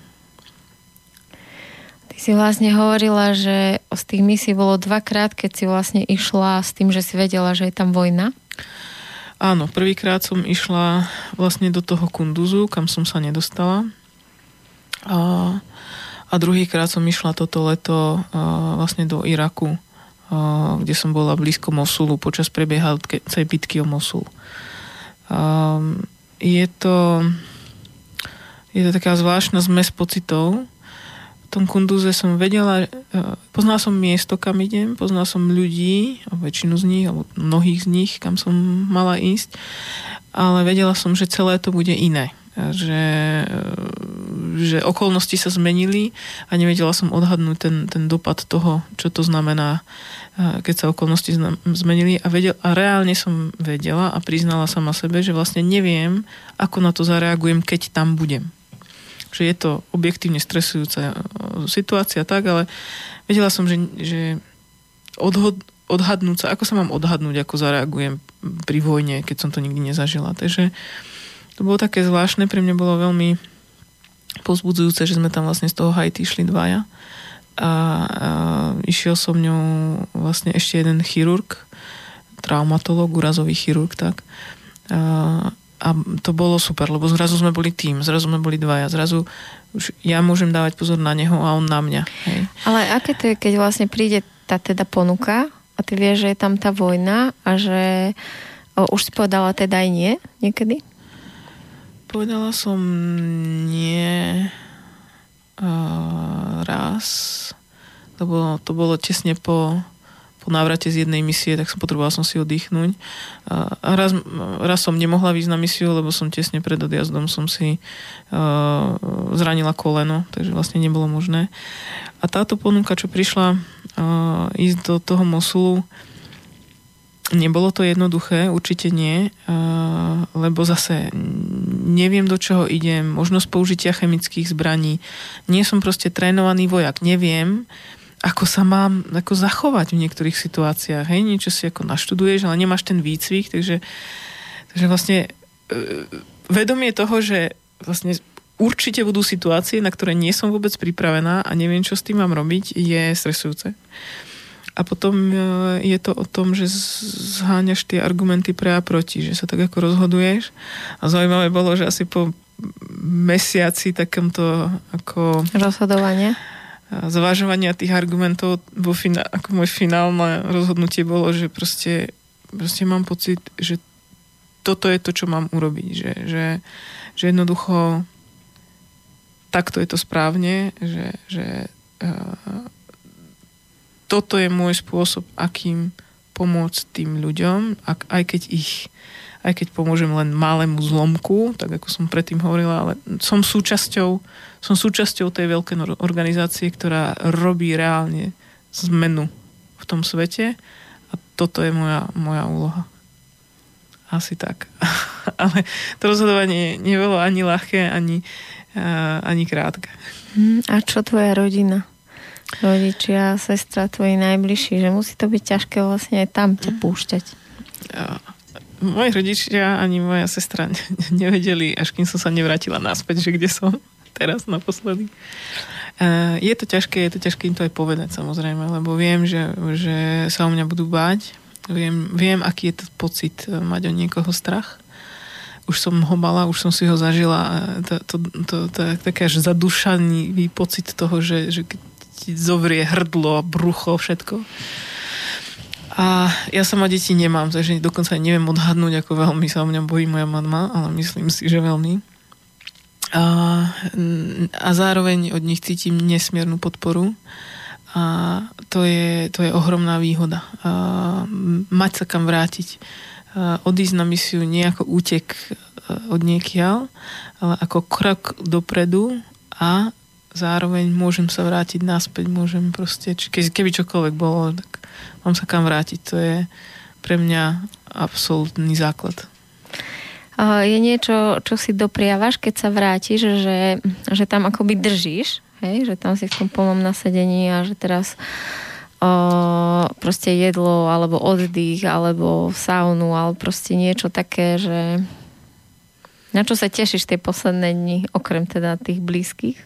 Si vlastne hovorila, že z tých misií bolo dvakrát, keď si vlastne išla s tým, že si vedela, že je tam vojna. Áno, prvýkrát som išla vlastne do toho Kunduzu, kam som sa nedostala. A, a druhýkrát som išla toto leto a, vlastne do Iraku, a, kde som bola blízko Mosulu počas prebiehajúcej bitky o Mosul. A, je to je to taká zvláštna zmes pocitov. V tom Kunduze som vedela, poznala som miesto, kam idem, poznala som ľudí, väčšinu z nich, alebo mnohých z nich, kam som mala ísť, ale vedela som, že celé to bude iné. Že, že okolnosti sa zmenili a nevedela som odhadnúť ten, ten dopad toho, čo to znamená, keď sa okolnosti zmenili a, vedela, a reálne som vedela a priznala sama sebe, že vlastne neviem, ako na to zareagujem, keď tam budem. Že je to objektívne stresujúca situácia, tak, ale vedela som, že, že odhod, odhadnúť sa, ako sa mám odhadnúť, ako zareagujem pri vojne, keď som to nikdy nezažila. Takže to bolo také zvláštne, pre mňa bolo veľmi povzbudzujúce, že sme tam vlastne z toho Haiti išli dvaja a, a išiel so mňou vlastne ešte jeden chirurg, traumatológ, úrazový chirurg, tak. A, A to bolo super, lebo zrazu sme boli tým, zrazu sme boli dvaja, zrazu už ja môžem dávať pozor na neho a on na mňa. Hej. Ale aké to je, keď vlastne príde tá teda ponuka a ty vieš, že je tam tá vojna a že o, už si povedala teda aj nie niekedy? Povedala som nie uh, raz, lebo to bolo tesne po, po po návrate z jednej misie, tak som potrebovala som si oddychnúť. A raz, raz som nemohla výjsť na misiu, lebo som tesne pred odjazdom som si uh, zranila koleno, takže vlastne nebolo možné. A táto ponuka, čo prišla uh, ísť do toho Mosulu, nebolo to jednoduché, určite nie, uh, lebo zase neviem, do čoho idem, možnosť použitia chemických zbraní. Nie som proste trénovaný vojak, neviem, ako sa mám ako zachovať v niektorých situáciách. Hej, niečo si ako naštuduješ, ale nemáš ten výcvik, takže, takže vlastne uh, vedomie toho, že vlastne určite budú situácie, na ktoré nie som vôbec pripravená a neviem, čo s tým mám robiť, je stresujúce. A potom je to o tom, že zháňaš tie argumenty pre a proti, že sa tak ako rozhoduješ. A zaujímavé bolo, že asi po mesiaci takomto ako rozhodovanie, zvažovania tých argumentov, vo finá, ako moje finálne rozhodnutie bolo, že proste, proste mám pocit, že toto je to, čo mám urobiť. Že, že, že jednoducho takto je to správne, že, že uh, toto je môj spôsob, akým pomôcť tým ľuďom, ak, aj keď ich aj keď pomôžem len malému zlomku, tak ako som predtým hovorila, ale som súčasťou som súčasťou tej veľkej organizácie, ktorá robí reálne zmenu v tom svete a toto je moja, moja úloha. Asi tak. Ale to rozhodovanie nebolo ani ľahké, ani, uh, ani krátke. A čo tvoja rodina? Rodičia, sestra, tvoji najbližší, že musí to byť ťažké vlastne aj tam ťa púšťať. Uh, moji rodičia ani moja sestra nevedeli, až kým som sa nevrátila naspäť, že kde som teraz naposledy. Uh, je to ťažké, je to ťažké im to aj povedať, samozrejme, lebo viem, že, že sa o mňa budú báť. Viem, viem, aký je to pocit mať o niekoho strach. Už som ho mala, už som si ho zažila. To, to, to, to je taký až zadúšaný pocit toho, že, že keď ti zovrie hrdlo, brucho, všetko. A ja sama deti nemám, takže dokonca neviem odhadnúť, ako veľmi sa o mňa bojí moja mama, ale myslím si, že veľmi. A, a zároveň od nich cítim nesmiernu podporu a to je, to je ohromná výhoda. A mať sa kam vrátiť. A odísť na misiu nie ako útek od niekiaľ, ale ako krok dopredu a zároveň môžem sa vrátiť naspäť, môžem proste, či keby čokoľvek bolo, tak mám sa kam vrátiť. To je pre mňa absolútny základ. Je niečo, čo si dopriavaš, keď sa vrátiš, že, že tam akoby držíš, hej? Že tam si v tom plnom nasadení a že teraz o, proste jedlo, alebo oddych, alebo saunu, alebo proste niečo také, že na čo sa tešíš tie posledné dni, okrem teda tých blízkych?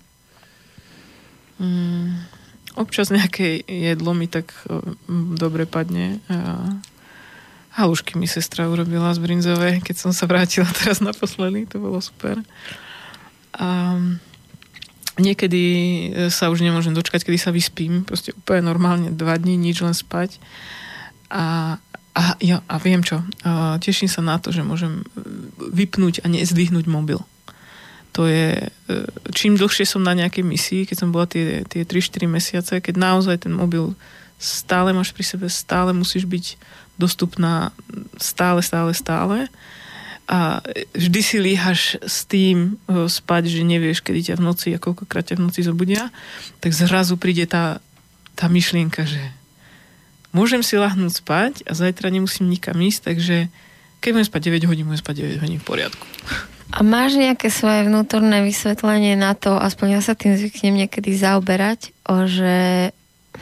Mm, občas nejaké jedlo mi tak um, dobre padne a halušky mi sestra urobila z brinzové, keď som sa vrátila teraz naposledy, to bolo super. A niekedy sa už nemôžem dočkať, kedy sa vyspím, proste úplne normálne dva dní, nič, len spať. A, a, ja, a viem čo, a teším sa na to, že môžem vypnúť a nezdvihnúť mobil. To je, čím dlhšie som na nejakej misii, keď som bola tie, tie tri štyri mesiace, keď naozaj ten mobil stále máš pri sebe, stále musíš byť dostupná stále, stále, stále a vždy si líhaš s tým spať, že nevieš, kedy ťa v noci a koľkokrát ťa v noci zobudia, tak zrazu príde tá, tá myšlienka, že môžem si lahnúť spať a zajtra nemusím nikam ísť, takže keď budem spať deväť hodín, budem spať deväť hodín v poriadku. A máš nejaké svoje vnútorné vysvetlenie na to, aspoň ja sa tým zvyknem niekedy zaoberať, o že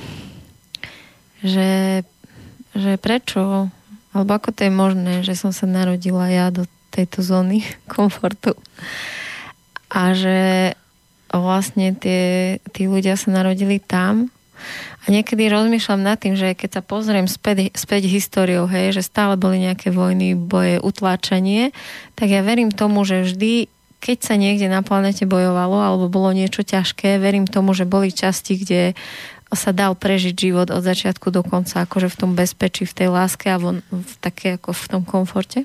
že že prečo, alebo ako to je možné, že som sa narodila ja do tejto zóny komfortu a že vlastne tie, tí ľudia sa narodili tam a niekedy rozmýšľam nad tým, že keď sa pozriem späť, späť históriou, hej, že stále boli nejaké vojny, boje, utláčanie, tak ja verím tomu, že vždy, keď sa niekde na planete bojovalo alebo bolo niečo ťažké, verím tomu, že boli časti, kde sa dal prežiť život od začiatku do konca, akože v tom bezpečí, v tej láske a von, v také ako v tom komforte.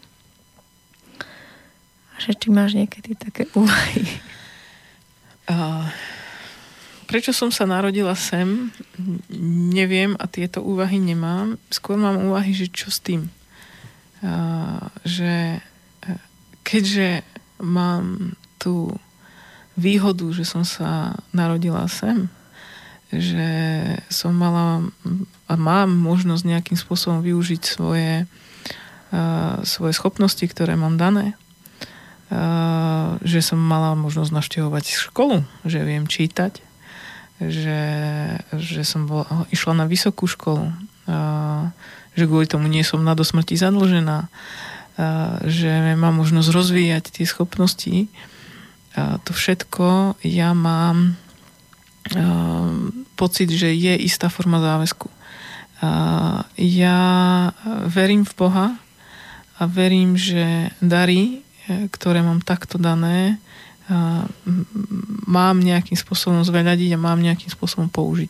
A že či máš niekedy také úvahy? Uh, prečo som sa narodila sem, neviem a tieto úvahy nemám. Skôr mám úvahy, že čo s tým. Uh, že keďže mám tú výhodu, že som sa narodila sem, že som mala a mám možnosť nejakým spôsobom využiť svoje, uh, svoje schopnosti, ktoré mám dané. Uh, že som mala možnosť navštevovať školu, že viem čítať, že, že som bola, išla na vysokú školu, uh, že kvôli tomu nie som na do smrti zadlžená, uh, že mám možnosť rozvíjať tie schopnosti. Uh, to všetko ja mám uh, pocit, že je istá forma záväzku. Uh, ja verím v Boha a verím, že dary, ktoré mám takto dané, mám nejakým spôsobom zveľadiť a mám nejakým spôsobom použiť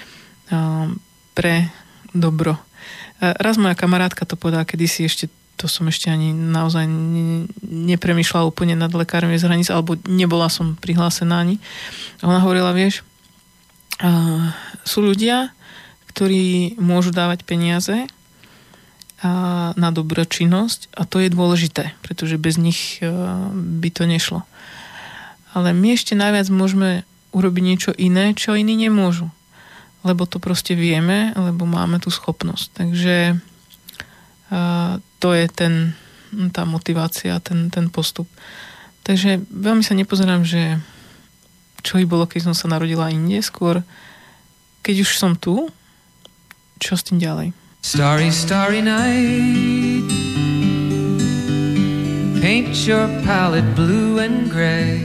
pre dobro. Raz moja kamarátka to povedala kedysi, ešte to som ešte ani naozaj nepremýšľala úplne nad Lekármi bez hraníc, alebo nebola som prihlásená ani. Ona hovorila, vieš, sú ľudia, ktorí môžu dávať peniaze na dobročinnosť a to je dôležité, pretože bez nich by to nešlo. Ale my ešte najviac môžeme urobiť niečo iné, čo iní nemôžu. Lebo to proste vieme, lebo máme tú schopnosť. Takže to je ten, tá motivácia, ten, ten postup. Takže veľmi sa nepozerám, že čo by bolo, keď som sa narodila inde, skôr keď už som tu, čo s tým ďalej. Starry, starry night, paint your palette blue and gray.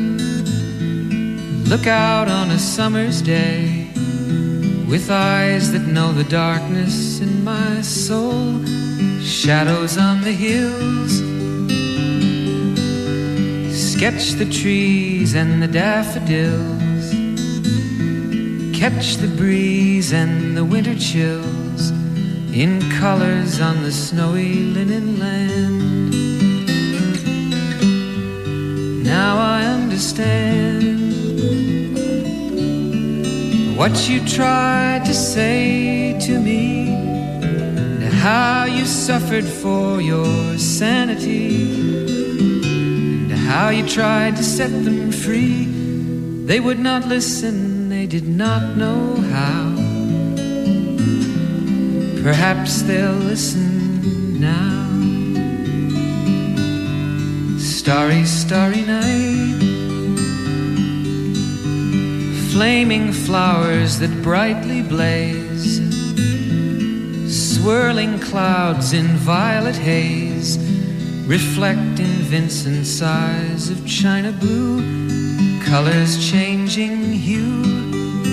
Look out on a summer's day with eyes that know the darkness in my soul. Shadows on the hills, sketch the trees and the daffodils, catch the breeze and the winter chills in colors on the snowy linen land. Now I understand what you tried to say to me, and how you suffered for your sanity, and how you tried to set them free. They would not listen, they did not know how. Perhaps they'll listen now. Starry, starry night, flaming flowers that brightly blaze, swirling clouds in violet haze, reflect in Vincent's eyes of china blue, colors changing hue.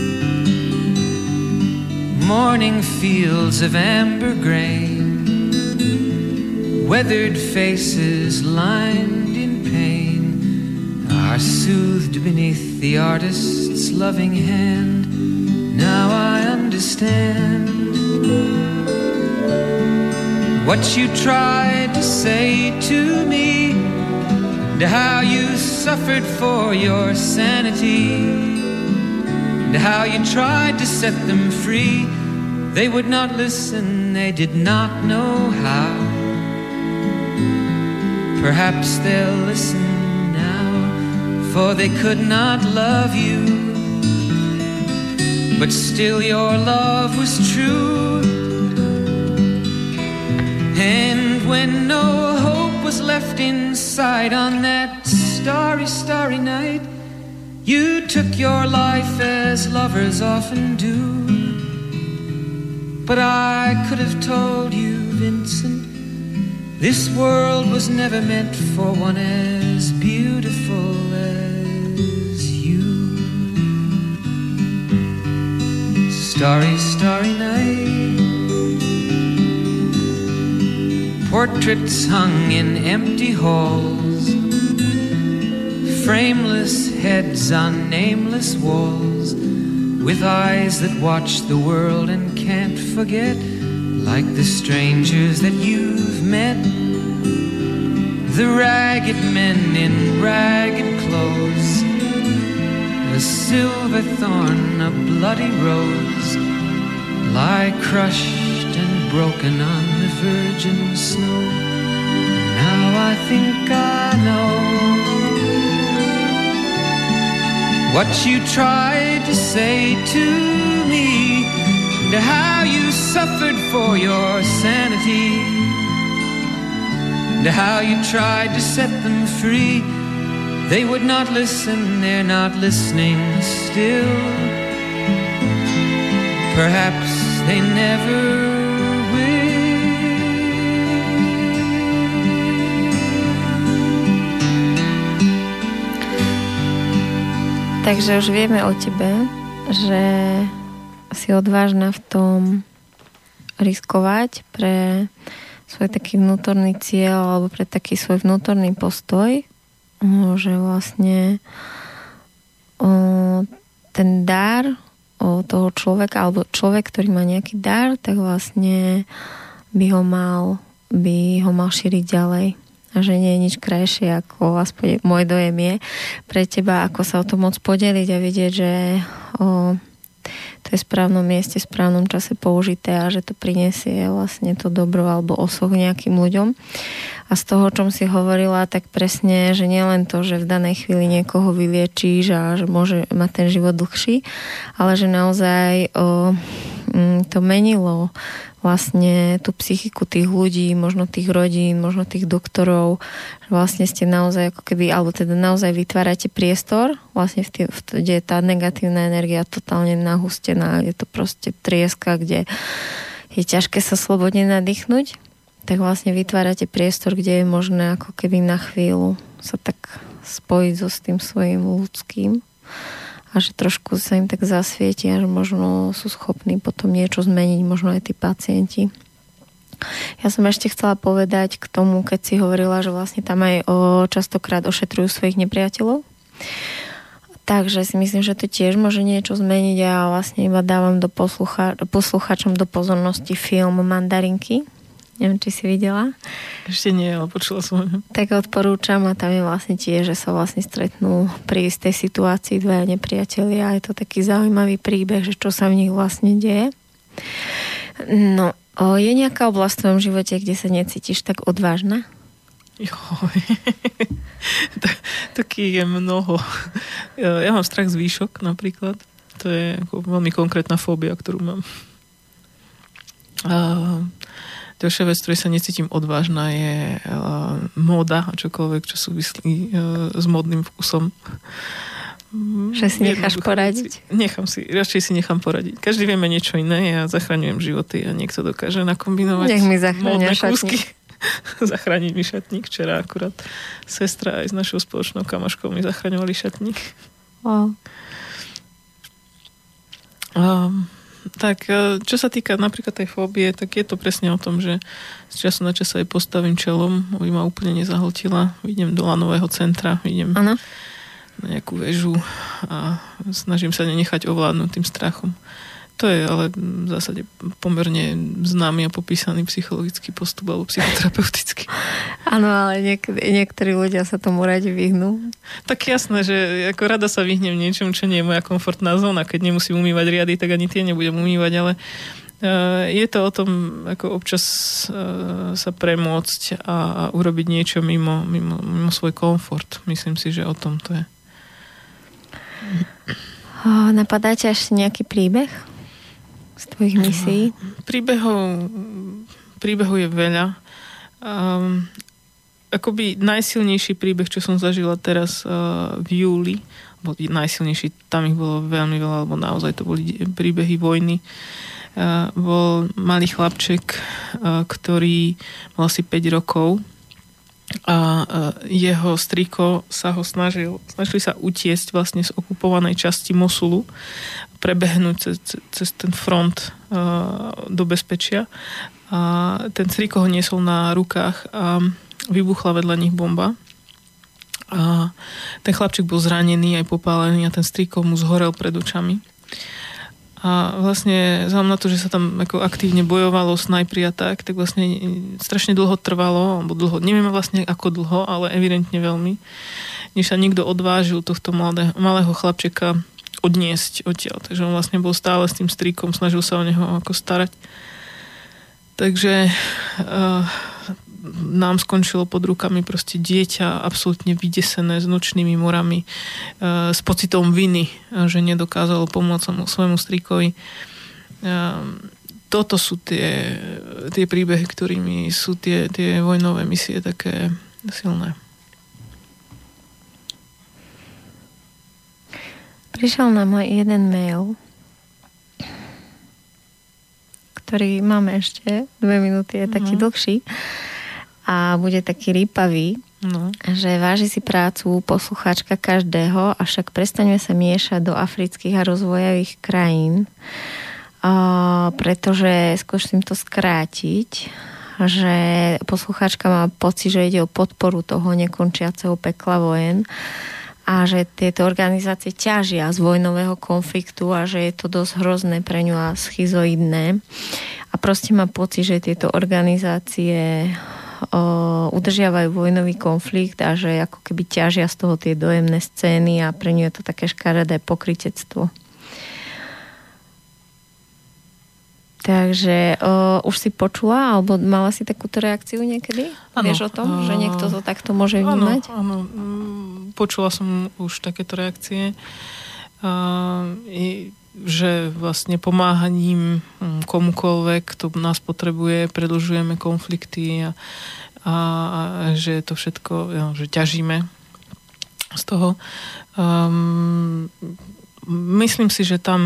Morning fields of amber grain, weathered faces lined in pain, are soothed beneath the artist's loving hand. Now I understand what you tried to say to me, and how you suffered for your sanity, and how you tried to set them free. They would not listen, they did not know how. Perhaps they'll listen now, for they could not love you, but still your love was true. And when no hope was left inside on that starry, starry night, you took your life as lovers often do. But I could have told you, Vincent, this world was never meant for one as beautiful as you. Starry, starry night, portraits hung in empty halls, frameless heads on nameless walls, with eyes that watch the world and can't forget, like the strangers that you've met, the ragged men in ragged clothes, a silver thorn, a bloody rose, lie crushed and broken on the virgin snow. Now I think I know what you tried to say to me, and how you suffered for your sanity, and how you tried to set them free. They would not listen, they're not listening still. Perhaps they never will. Takže už vieme o tebe, že si odvážna v tom riskovať pre svoj taký vnútorný cieľ alebo pre taký svoj vnútorný postoj, že vlastne o, ten dar o toho človeka, alebo človek, ktorý má nejaký dar, tak vlastne by ho mal, by ho mal šíriť ďalej. A že nie je nič krajšie, ako aspoň môj dojem je pre teba, ako sa o to môcť podeliť a vidieť, že o, to je v správnom mieste, v správnom čase použité a že to prinesie vlastne to dobro alebo osoch nejakým ľuďom. A z toho, o čom si hovorila, tak presne, že nielen to, že v danej chvíli niekoho vyliečíš a že môže mať ten život dlhší, ale že naozaj o, to menilo vlastne tú psychiku tých ľudí, možno tých rodín, možno tých doktorov, že vlastne ste naozaj ako keby, alebo teda naozaj vytvárate priestor, vlastne v tý, v, kde je tá negatívna energia totálne nahustená, kde to proste trieska, kde je ťažké sa slobodne nadýchnuť, tak vlastne vytvárate priestor, kde je možné ako keby na chvíľu sa tak spojiť so s tým svojím ľudským a že trošku sa im tak zasvieti a že možno sú schopní potom niečo zmeniť, možno aj tí pacienti. Ja som ešte chcela povedať k tomu, keď si hovorila, že vlastne tam aj o, častokrát ošetrujú svojich nepriateľov. Takže si myslím, že to tiež môže niečo zmeniť a vlastne iba dávam do poslucha- posluchačom do pozornosti film Mandarinky. Neviem, či si videla. Ešte nie, ale počula som. Tak odporúčam a tam je vlastne tiež, že sa vlastne stretnú pri istej situácii dvaja nepriatelia a je to taký zaujímavý príbeh, že čo sa v nich vlastne deje. No, o, je nejaká oblasť v tvojom živote, kde sa necítiš tak odvážna? Joj. Taký je mnoho. Ja mám strach z výšok napríklad. To je ako veľmi konkrétna fóbia, ktorú mám. A ďalšia vec, ktorej sa necítim odvážna, je uh, móda a čokoľvek, čo súvislí uh, s módnym vkusom. Že si necháš poradiť? Nechám si, radšej si nechám poradiť. Každý vieme niečo iné, ja zachraňujem životy a niekto dokáže nakombinovať Nech mi módne šatník. kúsky. Zachrániť mi šatník. Včera akurát sestra aj s našou spoločnou kamaškou mi zachraňovali šatník. Wow. Um, Tak, čo sa týka napríklad tej fóbie, tak je to presne o tom, že z času na čas aj postavím čelom, aby ma úplne nezahltila. Idem do lanového centra, idem ano. na nejakú väžu a snažím sa nenechať ovládnuť tým strachom. To je ale v zásade pomerne známy a popísaný psychologický postup alebo psychoterapeutický. Áno, ale niek- niektorí ľudia sa tomu radi vyhnú. Tak jasné, že ako rada sa vyhnem niečomu, čo nie je moja komfortná zóna. Keď nemusím umývať riady, tak ani tie nebudem umývať, ale uh, je to o tom, ako občas uh, sa premôcť a, a urobiť niečo mimo, mimo, mimo svoj komfort. Myslím si, že o tom to je. Oh, napadá ťa ešte nejaký príbeh z tvojich misií? Príbehov, príbehov je veľa. Um, akoby najsilnejší príbeh, čo som zažila teraz uh, v júli, bol najsilnejší, tam ich bolo veľmi veľa, lebo naozaj to boli príbehy vojny. Uh, bol malý chlapček, uh, ktorý mal asi päť rokov a uh, jeho striko sa ho snažil, snažili sa utiesť vlastne z okupovanej časti Mosulu, prebehnúť cez, cez ten front uh, do bezpečia. A ten striko ho niesol na rukách a vybuchla vedľa nich bomba. A ten chlapček bol zranený, aj popálený a ten striko mu zhorel pred očami. A vlastne vzhľadom na to, že sa tam ako aktívne bojovalo, snajpri a tak, tak vlastne strašne dlho trvalo, alebo dlho, neviem vlastne ako dlho, ale evidentne veľmi, než sa niekto odvážil tohto mladého, malého chlapčeka odniesť odtiaľ. Takže on vlastne bol stále s tým strýkom, snažil sa o neho ako starať. Takže uh, nám skončilo pod rukami proste dieťa absolútne vydesené s nočnými morami, uh, s pocitom viny, že nedokázalo pomôcť svojmu strýkovi. Uh, toto sú tie, tie príbehy, ktorými sú tie, tie vojnové misie také silné. Prišiel nám aj jeden mail, ktorý máme ešte dve minúty, je taký no. dlhší a bude taký rýpavý, no. že váži si prácu poslucháčka každého, avšak prestaňme sa miešať do afrických a rozvojových krajín, a pretože skúsim to skrátiť, že poslucháčka má pocit, že ide o podporu toho nekončiaceho pekla vojen a že tieto organizácie ťažia z vojnového konfliktu a že je to dosť hrozné pre ňu a schizoidné. A proste má pocit, že tieto organizácie o, udržiavajú vojnový konflikt a že ako keby ťažia z toho tie dojemné scény a pre ňu je to také škaredé pokrytectvo. Takže o, už si počula, alebo mala si takúto reakciu niekedy? Ano, Vieš o tom, že niekto to takto môže vnímať? Áno, počula som už takéto reakcie, a, i, že vlastne pomáhaním komukoľvek, kto nás potrebuje, predĺžujeme konflikty a, a, a že to všetko, ja, že ťažíme z toho. Um, myslím si, že tam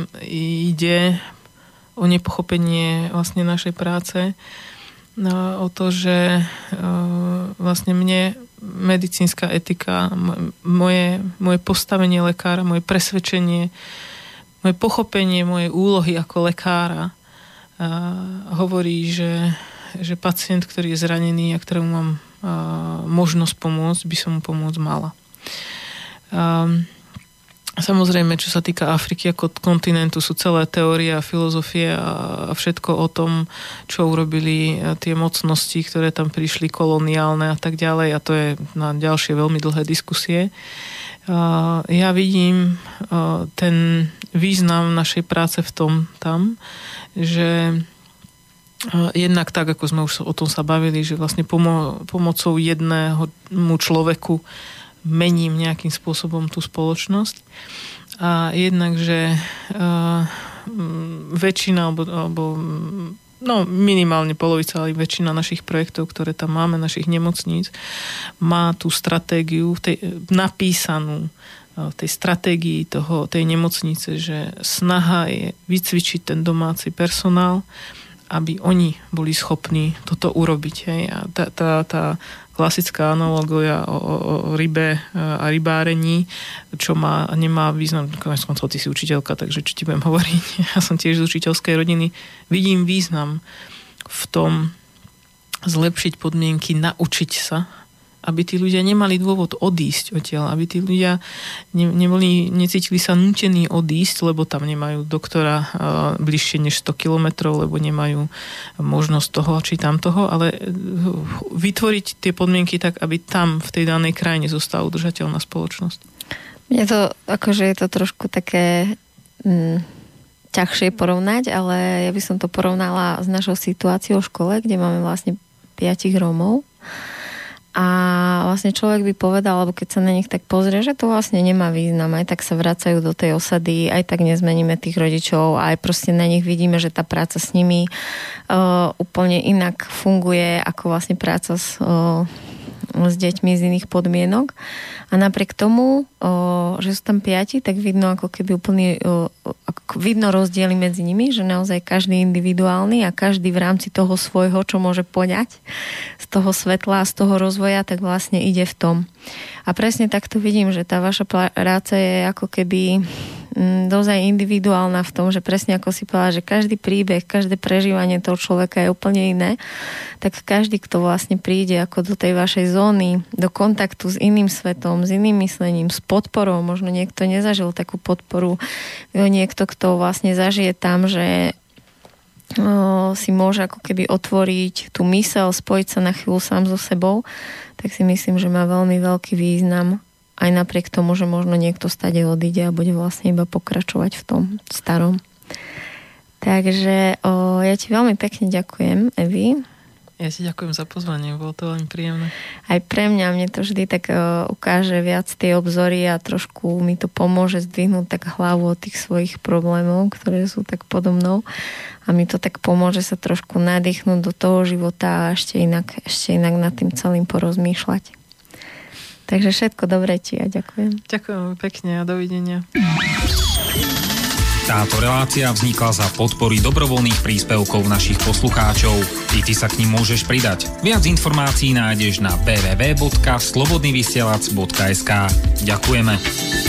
ide o nepochopenie vlastne našej práce, no, o to, že uh, vlastne mne medicínska etika, moje, moje postavenie lekára, moje presvedčenie, moje pochopenie mojej úlohy ako lekára uh, hovorí, že, že pacient, ktorý je zranený a ktorému mám uh, možnosť pomôcť, by som mu pomôcť mala. Um, Samozrejme, čo sa týka Afriky ako kontinentu, sú celé teórie a filozofie a všetko o tom, čo urobili tie mocnosti, ktoré tam prišli, koloniálne a tak ďalej. A to je na ďalšie veľmi dlhé diskusie. Ja vidím ten význam našej práce v tom tam, že jednak tak, ako sme už o tom sa bavili, že vlastne pomo- pomocou jednému človeku mením nejakým spôsobom tú spoločnosť. A jednak, že uh, väčšina, alebo, alebo no minimálne polovica, ale väčšina našich projektov, ktoré tam máme, našich nemocníc, má tú stratégiu v tej, napísanú v tej stratégii toho, tej nemocnice, že snaha je vycvičiť ten domáci personál, aby oni boli schopní toto urobiť. Hej. A tá, tá, tá klasická analogia o, o, o rybe a rybárení, čo má, nemá význam, konec koncov ty si učiteľka, takže čo ti budem hovoriť, ja som tiež z učiteľskej rodiny, vidím význam v tom zlepšiť podmienky, naučiť sa, aby tí ľudia nemali dôvod odísť odtiaľ, aby tí ľudia ne, neboli, necítili sa nútení odísť, lebo tam nemajú doktora uh, bližšie než sto kilometrov, lebo nemajú možnosť toho či tamtoho, ale vytvoriť tie podmienky tak, aby tam v tej danej krajine zostala udržateľná spoločnosť. Mne to, akože je to trošku také mm, ťažšie porovnať, ale ja by som to porovnala s našou situáciou v škole, kde máme vlastne piatich Rómov. A vlastne človek by povedal, alebo keď sa na nich tak pozrie, že to vlastne nemá význam, aj tak sa vracajú do tej osady, aj tak nezmeníme tých rodičov, aj proste na nich vidíme, že tá práca s nimi uh, úplne inak funguje, ako vlastne práca s, uh, s deťmi z iných podmienok. A napriek tomu, uh, že sú tam piati, tak vidno ako keby úplne uh, ako vidno rozdiely medzi nimi, že naozaj každý individuálny a každý v rámci toho svojho, čo môže poňať z toho svetla, z toho rozvoja, tak vlastne ide v tom. A presne takto vidím, že tá vaša práca je ako keby mm, dosť individuálna v tom, že presne ako si povedala, že každý príbeh, každé prežívanie toho človeka je úplne iné, tak každý, kto vlastne príde ako do tej vašej zóny, do kontaktu s iným svetom, s iným myslením, s podporou, možno niekto nezažil takú podporu, niekto, kto vlastne zažije tam, že si môže ako keby otvoriť tú myseľ, spojiť sa na chvíľu sám so sebou, tak si myslím, že má veľmi veľký význam aj napriek tomu, že možno niekto stade odíde a bude vlastne iba pokračovať v tom starom. Takže o, ja ti veľmi pekne ďakujem, Evi. Ja ti ďakujem za pozvanie, bolo to veľmi príjemné. Aj pre mňa, mne to vždy tak uh, ukáže viac tie obzory a trošku mi to pomôže zdvihnúť tak hlavu od tých svojich problémov, ktoré sú tak podo mnou. A mi to tak pomôže sa trošku nadýchnúť do toho života a ešte inak, ešte inak nad tým celým porozmýšľať. Takže všetko dobré ti a ďakujem. Ďakujem pekne a dovidenia. Táto relácia vznikla za podpory dobrovoľných príspevkov našich poslucháčov. I ty sa k nim môžeš pridať. Viac informácií nájdeš na w w w bodka slobodnyvysielac bodka es ka. Ďakujeme.